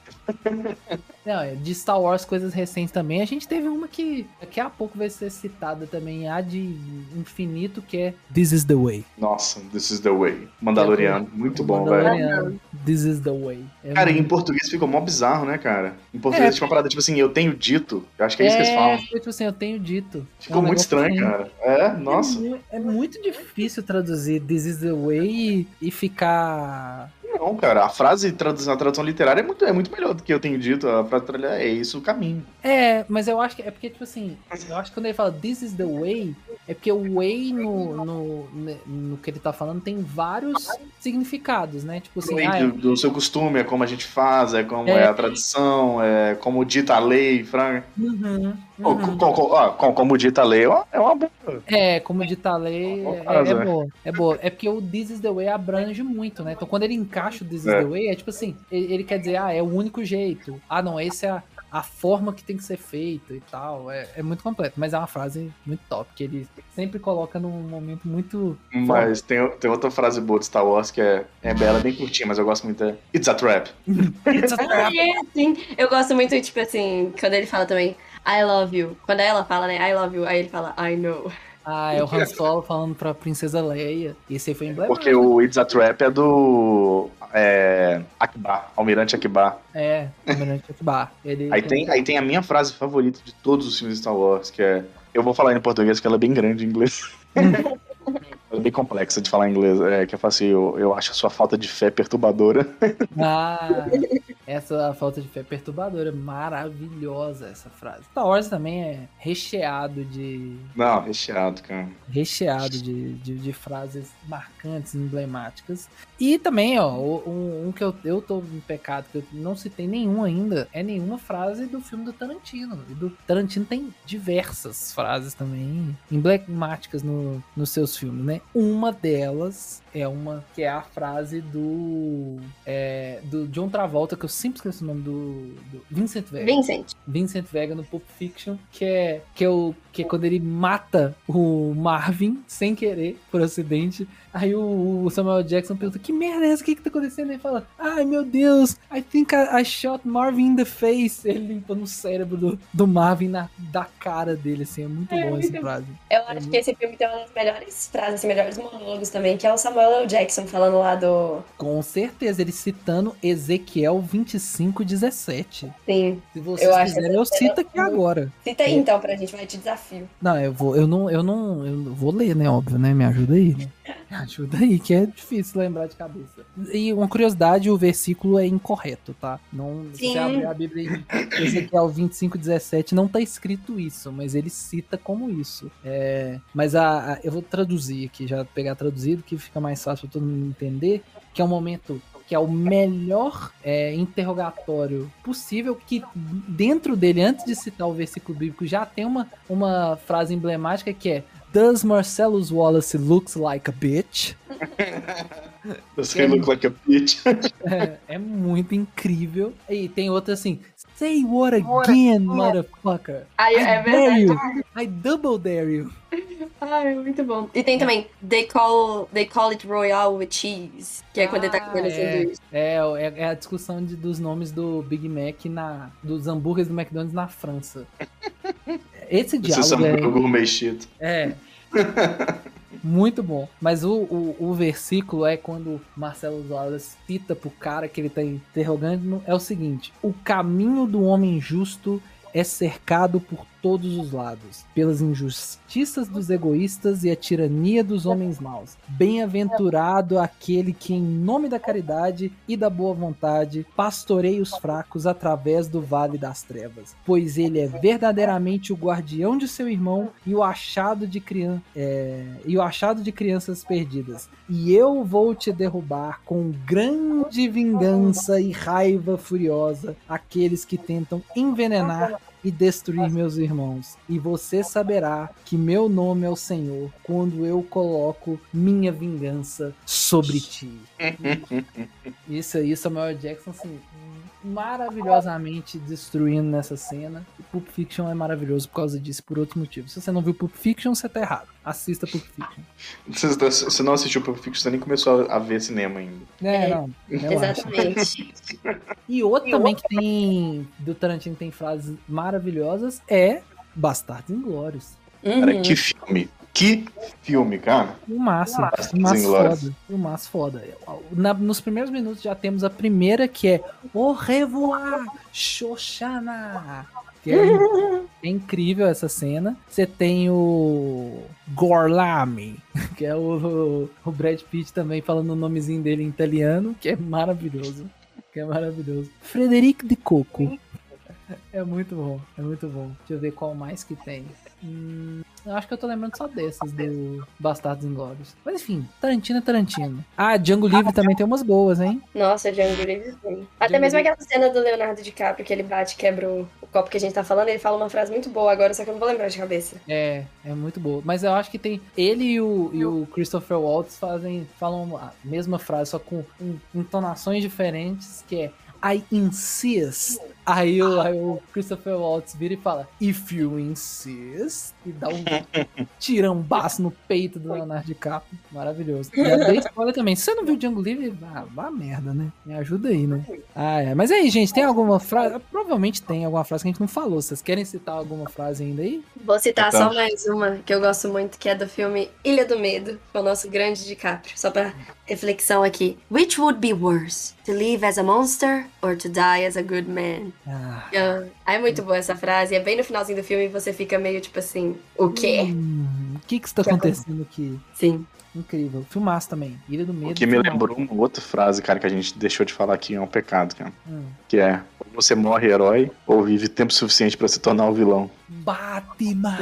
Não, é, de Star Wars, coisas recentes também, a gente teve uma que daqui a pouco vai ser citada também, a de infinito, que é This is the Way. Nossa, This is the Way. Mandaloriano, muito bom, velho. Mandaloriano, This is the Way. É Cara, e em muito- português ficou mó bizarro, né, cara? Em português É. tinha uma parada tipo assim, eu tenho dito. Eu acho que é isso que eles falam. foi tipo assim, eu tenho dito. Ficou É um muito negócio estranho, assim. cara. É, nossa. É, mu- é muito difícil traduzir This is the Way e, e ficar... Não, cara, a frase traduz- na tradução literária é muito, é muito melhor do que eu tenho dito. A frase traduzida é isso o caminho. É, mas eu acho que é porque, tipo assim, eu acho que quando ele fala This is the way, é porque o way no, no, no que ele tá falando tem vários significados, né? Tipo assim, ah, é- do, do seu costume, é como a gente faz, é como É. é, a tradição, é como dita a lei, franca. uhum, Ou, uhum. co- co- ó, co- como dita a lei, ó, é uma boa. É, como de lei, Boa é, frase, é né? boa. É boa. É porque o This is the way abrange muito, né? Então quando ele encaixa o This is É. the way, é tipo assim, ele, ele quer dizer, ah, é o único jeito. Ah, não, esse é a, a forma que tem que ser feita e tal. É, é muito completo, mas é uma frase muito top, que ele sempre coloca num momento muito... Mas tem, tem outra frase boa de Star Wars que é, é bela, bem curtinha, mas eu gosto muito. É It's a trap. It's a Ah, trap. é, sim. Eu gosto muito, tipo assim, quando ele fala também, I love you. Quando ela fala, né, I love you, aí ele fala, I know. Ah, é o Han Solo falando pra Princesa Leia. Esse aí foi emblemático. Porque o It's a Trap é do é, Akbar, Almirante Akbar. É, Almirante Akbar. Ele Aí tem, aí tem a minha frase favorita de todos os filmes de Star Wars, que é... Eu vou falar em português, porque ela é bem grande em inglês. Ela é bem complexa de falar em inglês. É, que eu falo assim, eu, eu acho a sua falta de fé perturbadora. Ah, essa falta de fé é perturbadora. Maravilhosa essa frase. Star Wars também é recheado de... Não, recheado, cara. recheado de, de, de frases marcantes, emblemáticas. E também, ó, um, um que eu, eu tô em pecado, que eu não citei nenhum ainda, é nenhuma frase do filme do Tarantino. E do Tarantino tem diversas frases também emblemáticas no, nos seus filmes, né? Uma delas é uma que é a frase do, é, do John Travolta, que eu sempre esqueço o nome do, do Vincent Vega. Vincent. Vincent Vega no Pulp Fiction, que é, que é, o, que é quando ele mata o Marvin sem querer, por acidente. Aí o, o Samuel Jackson pergunta, que merda é essa? O que que tá acontecendo? Ele fala, ai meu Deus, I think I, I shot Marvin in the face. Ele limpando o cérebro do, do Marvin na, da cara dele, assim, é muito É, bom essa muito frase. Eu acho que esse filme tem uma das melhores frases, assim, melhores monólogos também, que é o Samuel L. Jackson falando lá do... Com certeza, ele citando Ezequiel vinte e cinco, dezessete. Sim, Se vocês Eu acho quiserem, eu essa cito aqui cena agora. cita aí então pra gente, vai te desafio. Não, eu vou, eu não, eu não, eu não vou ler, né, óbvio, né, me ajuda aí, né? Me ajuda aí, que é difícil lembrar de cabeça. E uma curiosidade, o versículo é incorreto, tá? Não, se Sim. você abrir a Bíblia em Ezequiel vinte e cinco, dezessete, não tá escrito isso, mas ele cita como isso. É, mas a, a- eu vou traduzir aqui, já pegar traduzido, que fica mais fácil pra todo mundo entender, que é um momento... que é o melhor é, interrogatório possível, que dentro dele, antes de citar o versículo bíblico, já tem uma, uma frase emblemática que é Does Marcellus Wallace looks like a bitch? Does he look like a bitch? É, é muito incrível. E tem outra assim, Say what again, motherfucker? Aí, I é dare verdade. you. I double dare you. Ai, Ai, muito bom. E tem também They Call, they call It Royale with Cheese, que é quando ele tá comendo é, sanduíche. é, é, é a discussão de, dos nomes do Big Mac, na, dos hambúrgueres do McDonald's na França. Esse diálogo é... gourmet shit. É... Muito bom. Mas o, o, o versículo é quando Marcelo Wallace cita pro cara que ele tá interrogando, é o seguinte: o caminho do homem justo é cercado por todos os lados, pelas injustiças dos egoístas e a tirania dos homens maus. Bem-aventurado aquele que, em nome da caridade e da boa vontade, pastoreia os fracos através do vale das trevas, pois ele é verdadeiramente o guardião de seu irmão e o achado de, crian é, e o achado de crianças perdidas. E eu vou te derrubar com grande vingança e raiva furiosa aqueles que tentam envenenar e destruir meus irmãos. E você saberá que meu nome é o Senhor quando eu coloco minha vingança sobre ti. Isso aí, Samuel Jackson, assim, maravilhosamente destruindo nessa cena. E Pulp Fiction é maravilhoso por causa disso, por outro motivo. Se você não viu Pulp Fiction, você tá errado. Assista Pulp Fiction. Se você não assistiu Pulp Fiction, você nem começou a ver cinema ainda. É, não. Exatamente. E outro também que tem, do Tarantino, tem frases maravilhosas, é Bastardos Inglórios. Uhum. Cara, que filme. Que filme, cara. O máximo. O máximo foda. O máximo foda. Na, nos primeiros minutos já temos a primeira, que é Au revoir, Shoshana. Que é, é incrível essa cena. Você tem o Gorlami, que é o, o Brad Pitt também falando o nomezinho dele em italiano, que é maravilhoso. Que é maravilhoso. Frederico de Coco. É muito bom, é muito bom. Deixa eu ver qual mais que tem. Hum, eu acho que eu tô lembrando só dessas, do Bastardos Inglórios. Mas enfim, Tarantino é Tarantino. Ah, Django Livre também tem umas boas, hein? Nossa, Django Livre sim. Até mesmo aquela cena do Leonardo DiCaprio, que ele bate e quebra o, o copo que a gente tá falando, ele fala uma frase muito boa agora, só que eu não vou lembrar de cabeça. É, é muito boa. Mas eu acho que tem... Ele e o, e o Christopher Waltz fazem, falam a mesma frase, só com um, entonações diferentes, que é I insist. Aí o, aí o Christopher Waltz vira e fala If you insist. E dá um tirambaço no peito do Leonardo DiCaprio. Maravilhoso. E a dei spoiler também. Se você não viu Django Livre, vá, vá merda, né? Me ajuda aí, né? Ah, é. Mas aí, gente, tem alguma frase? Provavelmente tem alguma frase que a gente não falou. Vocês querem citar alguma frase ainda aí? Vou citar Então. só mais uma que eu gosto muito, que é do filme Ilha do Medo, com o nosso grande DiCaprio. Só pra reflexão aqui. Which would be worse? To live as a monster or to die as a good man? Ah. Ah, é muito boa essa frase. É bem no finalzinho do filme e você fica meio tipo assim, o quê? Hum, o que que está acontecendo aqui? Sim. Incrível. Filmaço também. Ilha do Medo. O que me filmaço. lembrou uma outra frase, cara, que a gente deixou de falar aqui, é um pecado, cara. Hum. Que é, ou você morre herói, ou vive tempo suficiente pra se tornar um vilão. Batman!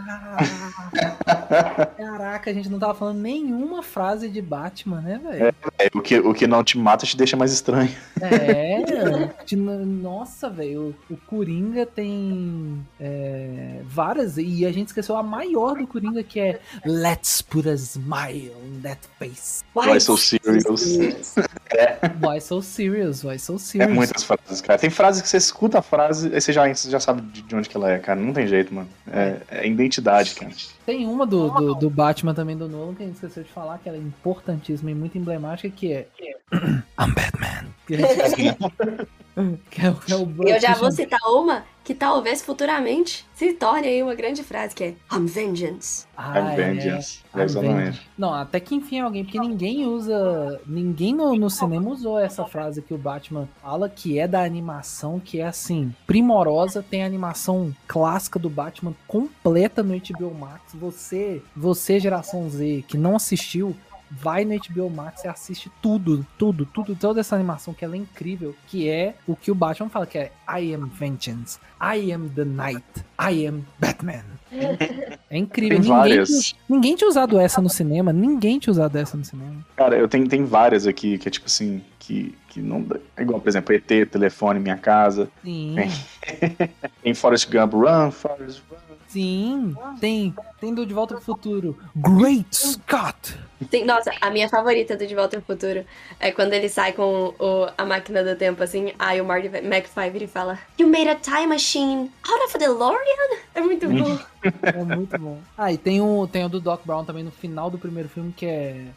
Caraca, a gente não tava falando nenhuma frase de Batman, né, velho? É, o que, o que não te mata te deixa mais estranho. É, de- nossa, velho, o, o Coringa tem é, várias, e a gente esqueceu a maior do Coringa, que é Let's put a smile on that face. Why so serious? Why so serious? Why so É serious? muitas frases, cara. Tem frases que você escuta a frase, aí você já, você já sabe de de onde que ela é, cara. Não tem jeito, mano. É, é identidade, cara. Tem uma do, do, do Batman também, do Nolan, que a gente esqueceu de falar, que ela é importantíssima e muito emblemática, que é I'm Batman. Que, a gente- que é, o- que é o E eu já vou Christian- citar uma que talvez futuramente se torne aí uma grande frase, que é I'm Vengeance. Ah, I'm Vengeance. é. I'm Exatamente. Vengeance. Não, até que enfim alguém, porque ninguém usa, ninguém no, no cinema usou essa frase que o Batman fala, que é da animação, que é assim, primorosa, tem a animação clássica do Batman completa no H B O Max. Você, você geração Z, que não assistiu, vai no H B O Max e assiste tudo, tudo, tudo, toda essa animação que ela é incrível, que é o que o Batman fala, que é I am vengeance, I am the night, I am Batman. É incrível. Tem Ninguém, várias. tinha- ninguém tinha usado essa no cinema, ninguém tinha usado essa no cinema. Cara, eu tenho, tem várias aqui que é tipo assim, que, que não dá. É igual, por exemplo, E T, telefone, minha casa. Sim, Tem Forrest Gump, Run, Forrest Run. sim, tem, tem do De Volta pro Futuro, Great Scott. Sim, nossa, a minha favorita do De Volta ao Futuro é quando ele sai com o, a máquina do tempo, assim, aí o Marty McFly vira e fala You made a time machine out of a DeLorean? É muito bom. É muito bom. Ah, e tem o, tem o do Doc Brown também no final do primeiro filme, que é,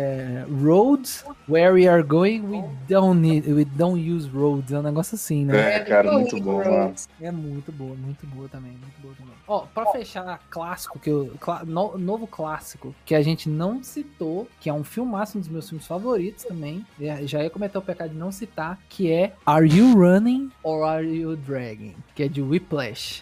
é Roads, Where We Are Going, We Don't Need, We Don't Use Roads. É um negócio assim, né? É, cara, muito bom, mano. É muito boa, muito boa também, muito boa também. Ó, pra fechar, clássico, que eu, clá, no, novo clássico, que a gente não citou, que é um filmaço, um dos meus filmes favoritos também, já ia cometer o pecado de não citar, que é Are You Running or Are You Dragging? Que é de Whiplash.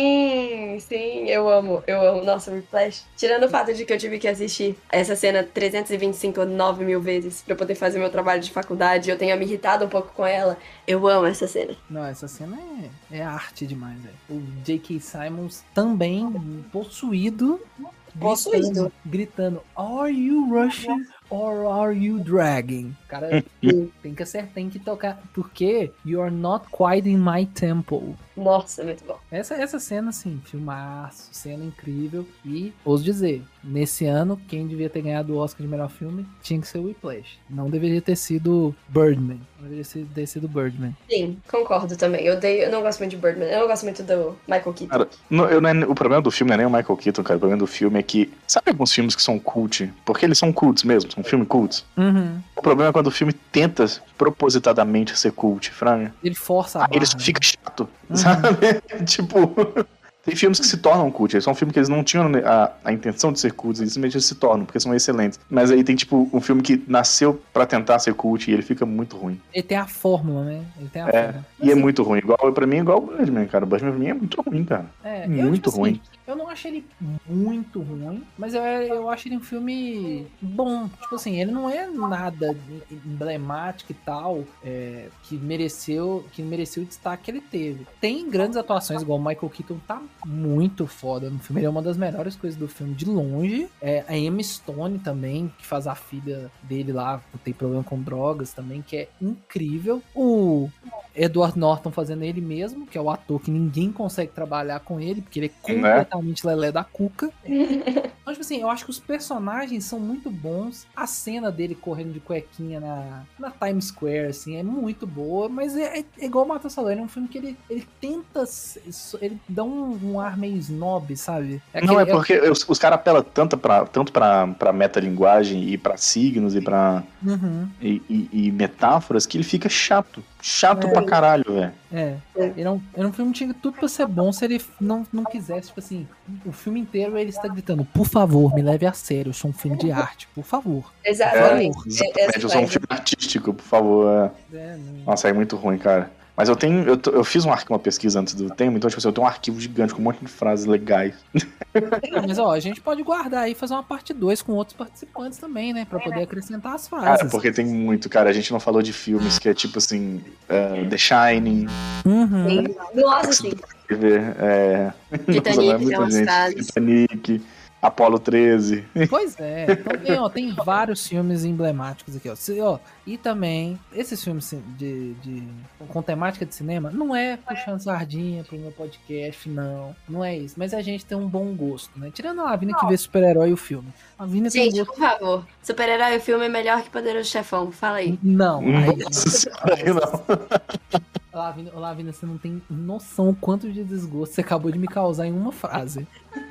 Sim, sim, eu amo, eu amo. Nossa, Whiplash. Tirando o fato de que eu tive que assistir essa cena trezentos e vinte e cinco, nove mil vezes pra eu poder fazer meu trabalho de faculdade, eu tenho me irritado um pouco com ela, eu amo essa cena. Não, essa cena é, é arte demais, velho. O J K. Simmons também possuído, Possuído. Gritando, gritando, Are you rushing or are you dragging? Cara, tem que acertar, tem que tocar, porque you are not quite in my tempo. Nossa, muito bom. Essa, essa cena, assim, filmaço, cena incrível. E, ouso dizer, nesse ano, quem devia ter ganhado o Oscar de melhor filme tinha que ser o Whiplash. Não deveria ter sido Birdman. Não deveria ter sido Birdman. Sim, concordo também. Eu, odeio, eu não gosto muito de Birdman. Eu não gosto muito do Michael Keaton. Cara, não, eu não é, o problema do filme não é nem o Michael Keaton, cara. O problema do filme é que... Sabe alguns filmes que são cult? Porque eles são cults mesmo, são filmes cults. Uhum. O problema é quando o filme tenta propositadamente ser cult, Fraga. Ele força a Aí barra, ele né? fica chato, Uhum. sabe? Tipo... Tem filmes que se tornam cult, eles são filmes que eles não tinham a, a intenção de ser cults, eles simplesmente se tornam, porque são excelentes. Mas aí tem, tipo, um filme que nasceu pra tentar ser cult e ele fica muito ruim. Ele tem a fórmula, né? Ele tem a É, fórmula. e é muito ruim. Igual, pra mim é igual o Birdman, cara. O Birdman pra mim é muito ruim, cara. É, eu, Muito tipo assim, ruim. eu não achei ele muito ruim, mas eu, eu acho ele um filme bom. Tipo assim, ele não é nada emblemático e tal, é, que mereceu que mereceu o destaque que ele teve. Tem grandes atuações, igual o Michael Keaton tá muito foda no filme. Ele é uma das melhores coisas do filme, de longe. É, a Emma Stone também, que faz a filha dele lá, que tem problema com drogas também, que é incrível. O Edward Norton fazendo ele mesmo, que é o ator que ninguém consegue trabalhar com ele, porque ele é completamente lelé da cuca. Então, tipo assim, eu acho que os personagens são muito bons. A cena dele correndo de cuequinha na, na Times Square, assim, é muito boa, mas é, é igual o Matheus falou, ele é um filme que ele, ele tenta, ele dá um, um ar meio snob, sabe? É Não, é aquele- porque os, os caras apelam tanto pra, tanto pra, pra metalinguagem e pra signos e pra Uhum, e, e- e metáforas que ele fica chato. Chato pra caralho, velho. é. Ele é, um, ele é um filme que tinha tudo pra ser bom se ele não, não quisesse, tipo assim, o filme inteiro ele está gritando, por favor, me leve a sério, eu sou um filme de arte, por favor. Exatamente. É, É, Exatamente, essa eu sou um vibe. filme artístico, por favor. é. É, não- Nossa, é muito ruim, cara. Mas eu tenho. Eu, tô- eu fiz um arquivo, uma pesquisa antes do tema, então, tipo assim, eu tenho um arquivo gigante com um monte de frases legais. Não, mas ó, a gente pode guardar aí e fazer uma parte dois com outros participantes também, né? Pra poder acrescentar as Cara, frases. porque tem muito, cara. A gente não falou de filmes que é tipo assim. é, The Shining, Uhum. Nossa, sim. quer ver? É... Titanic, Nossa, tem umas gente. frases. Titanic, Apollo treze. Pois é, então tem, ó, tem vários filmes emblemáticos aqui, ó. Se- ó. E também, esses filmes de, de- com temática de cinema, não é puxando sardinha pro meu podcast, não. Não é isso. Mas a gente tem um bom gosto, né? Tirando a Lavina que vê super-herói e o filme. A Lavina tem um Gente, gosto. por favor. Super-herói, o filme é melhor que Poderoso Chefão. Fala aí. Não, aí, Nossa senhora, aí não. Lavina, Lavina, você não tem noção o quanto de desgosto você acabou de me causar em uma frase.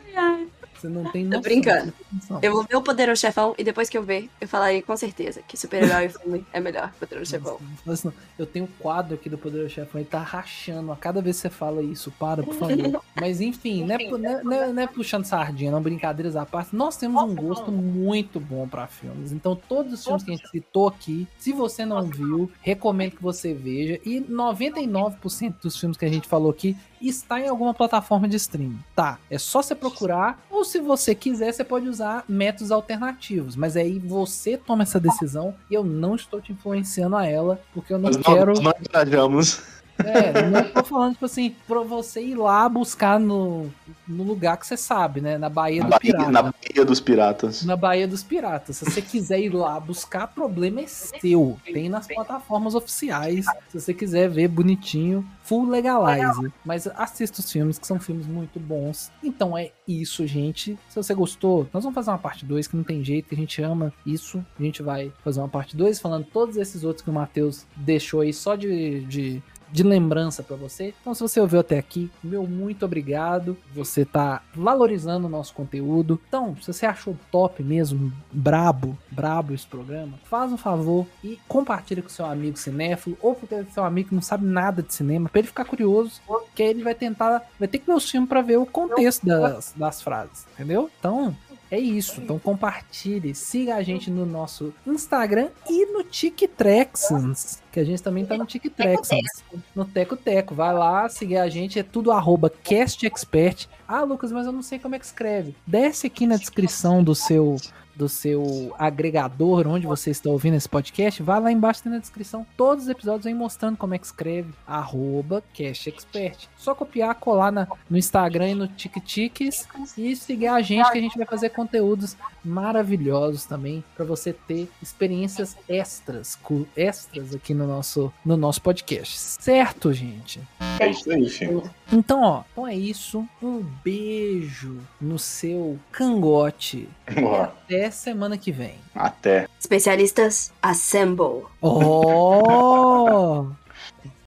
Você não tem noção. brincando. Noção. Eu vou ver o Poderoso Chefão e depois que eu ver, eu falarei com certeza que super-herói o filme é melhor que Poderoso Chefão. Mas não, eu tenho um quadro aqui do Poderoso Chefão e tá rachando a cada vez que você fala isso. Para, por favor. Mas enfim, não é, pu- não é- não é- não é puxando sardinha, não, brincadeiras à parte. Nós temos um gosto muito bom pra filmes. Então, todos os filmes que a gente citou aqui, se você não viu, recomendo que você veja. E noventa e nove por cento dos filmes que a gente falou aqui está em alguma plataforma de streaming. Tá, é só você procurar. Ou se você quiser, você pode usar métodos alternativos. Mas aí você toma essa decisão e eu não estou te influenciando a ela, porque eu não Nós não, quero. nós não encorajamos. É, não tô falando, tipo assim, pra você ir lá buscar no, no lugar que você sabe, né? Na Baía Na do Bahia, Pirata. na Bahia dos Piratas. Na Baía dos Piratas. Se você quiser ir lá buscar, problema é seu. Tem nas plataformas oficiais. Se você quiser ver bonitinho, full legalize. Mas assista os filmes, que são filmes muito bons. Então é isso, gente. Se você gostou, nós vamos fazer uma parte dois, que não tem jeito, que a gente ama isso. A gente vai fazer uma parte dois, falando todos esses outros que o Matheus deixou aí só de... de de lembrança pra você. Então, se você ouviu até aqui, meu muito obrigado. Você tá valorizando o nosso conteúdo. Então, se você achou top mesmo, brabo, brabo esse programa, faz um favor e compartilha com seu amigo cinéfilo, ou porque seu amigo não sabe nada de cinema, pra ele ficar curioso, que aí ele vai tentar, vai ter que ver os filmes pra ver o contexto das, das frases, entendeu? Então, é isso. Então compartilhe, siga a gente no nosso Instagram e no TikTrexans, que a gente também tá no TikTrexans, no Teco Teco. Vai lá, seguir a gente, é tudo arroba CastExpert. Ah, Lucas, mas eu não sei como é que escreve. Desce aqui na descrição do seu... do seu agregador onde você está ouvindo esse podcast, vai lá embaixo, tem na descrição todos os episódios aí mostrando como é que escreve, arroba CastExpert. Só copiar, colar na, no Instagram e no TikTiks e seguir a gente, que a gente vai fazer conteúdos maravilhosos também para você ter experiências extras, extras aqui no nosso, no nosso podcast. Certo, gente? É isso aí, filho. Então, ó, então é isso. Um beijo no seu cangote. Boa. Até semana que vem. Até. Especialistas, assemble. Oh!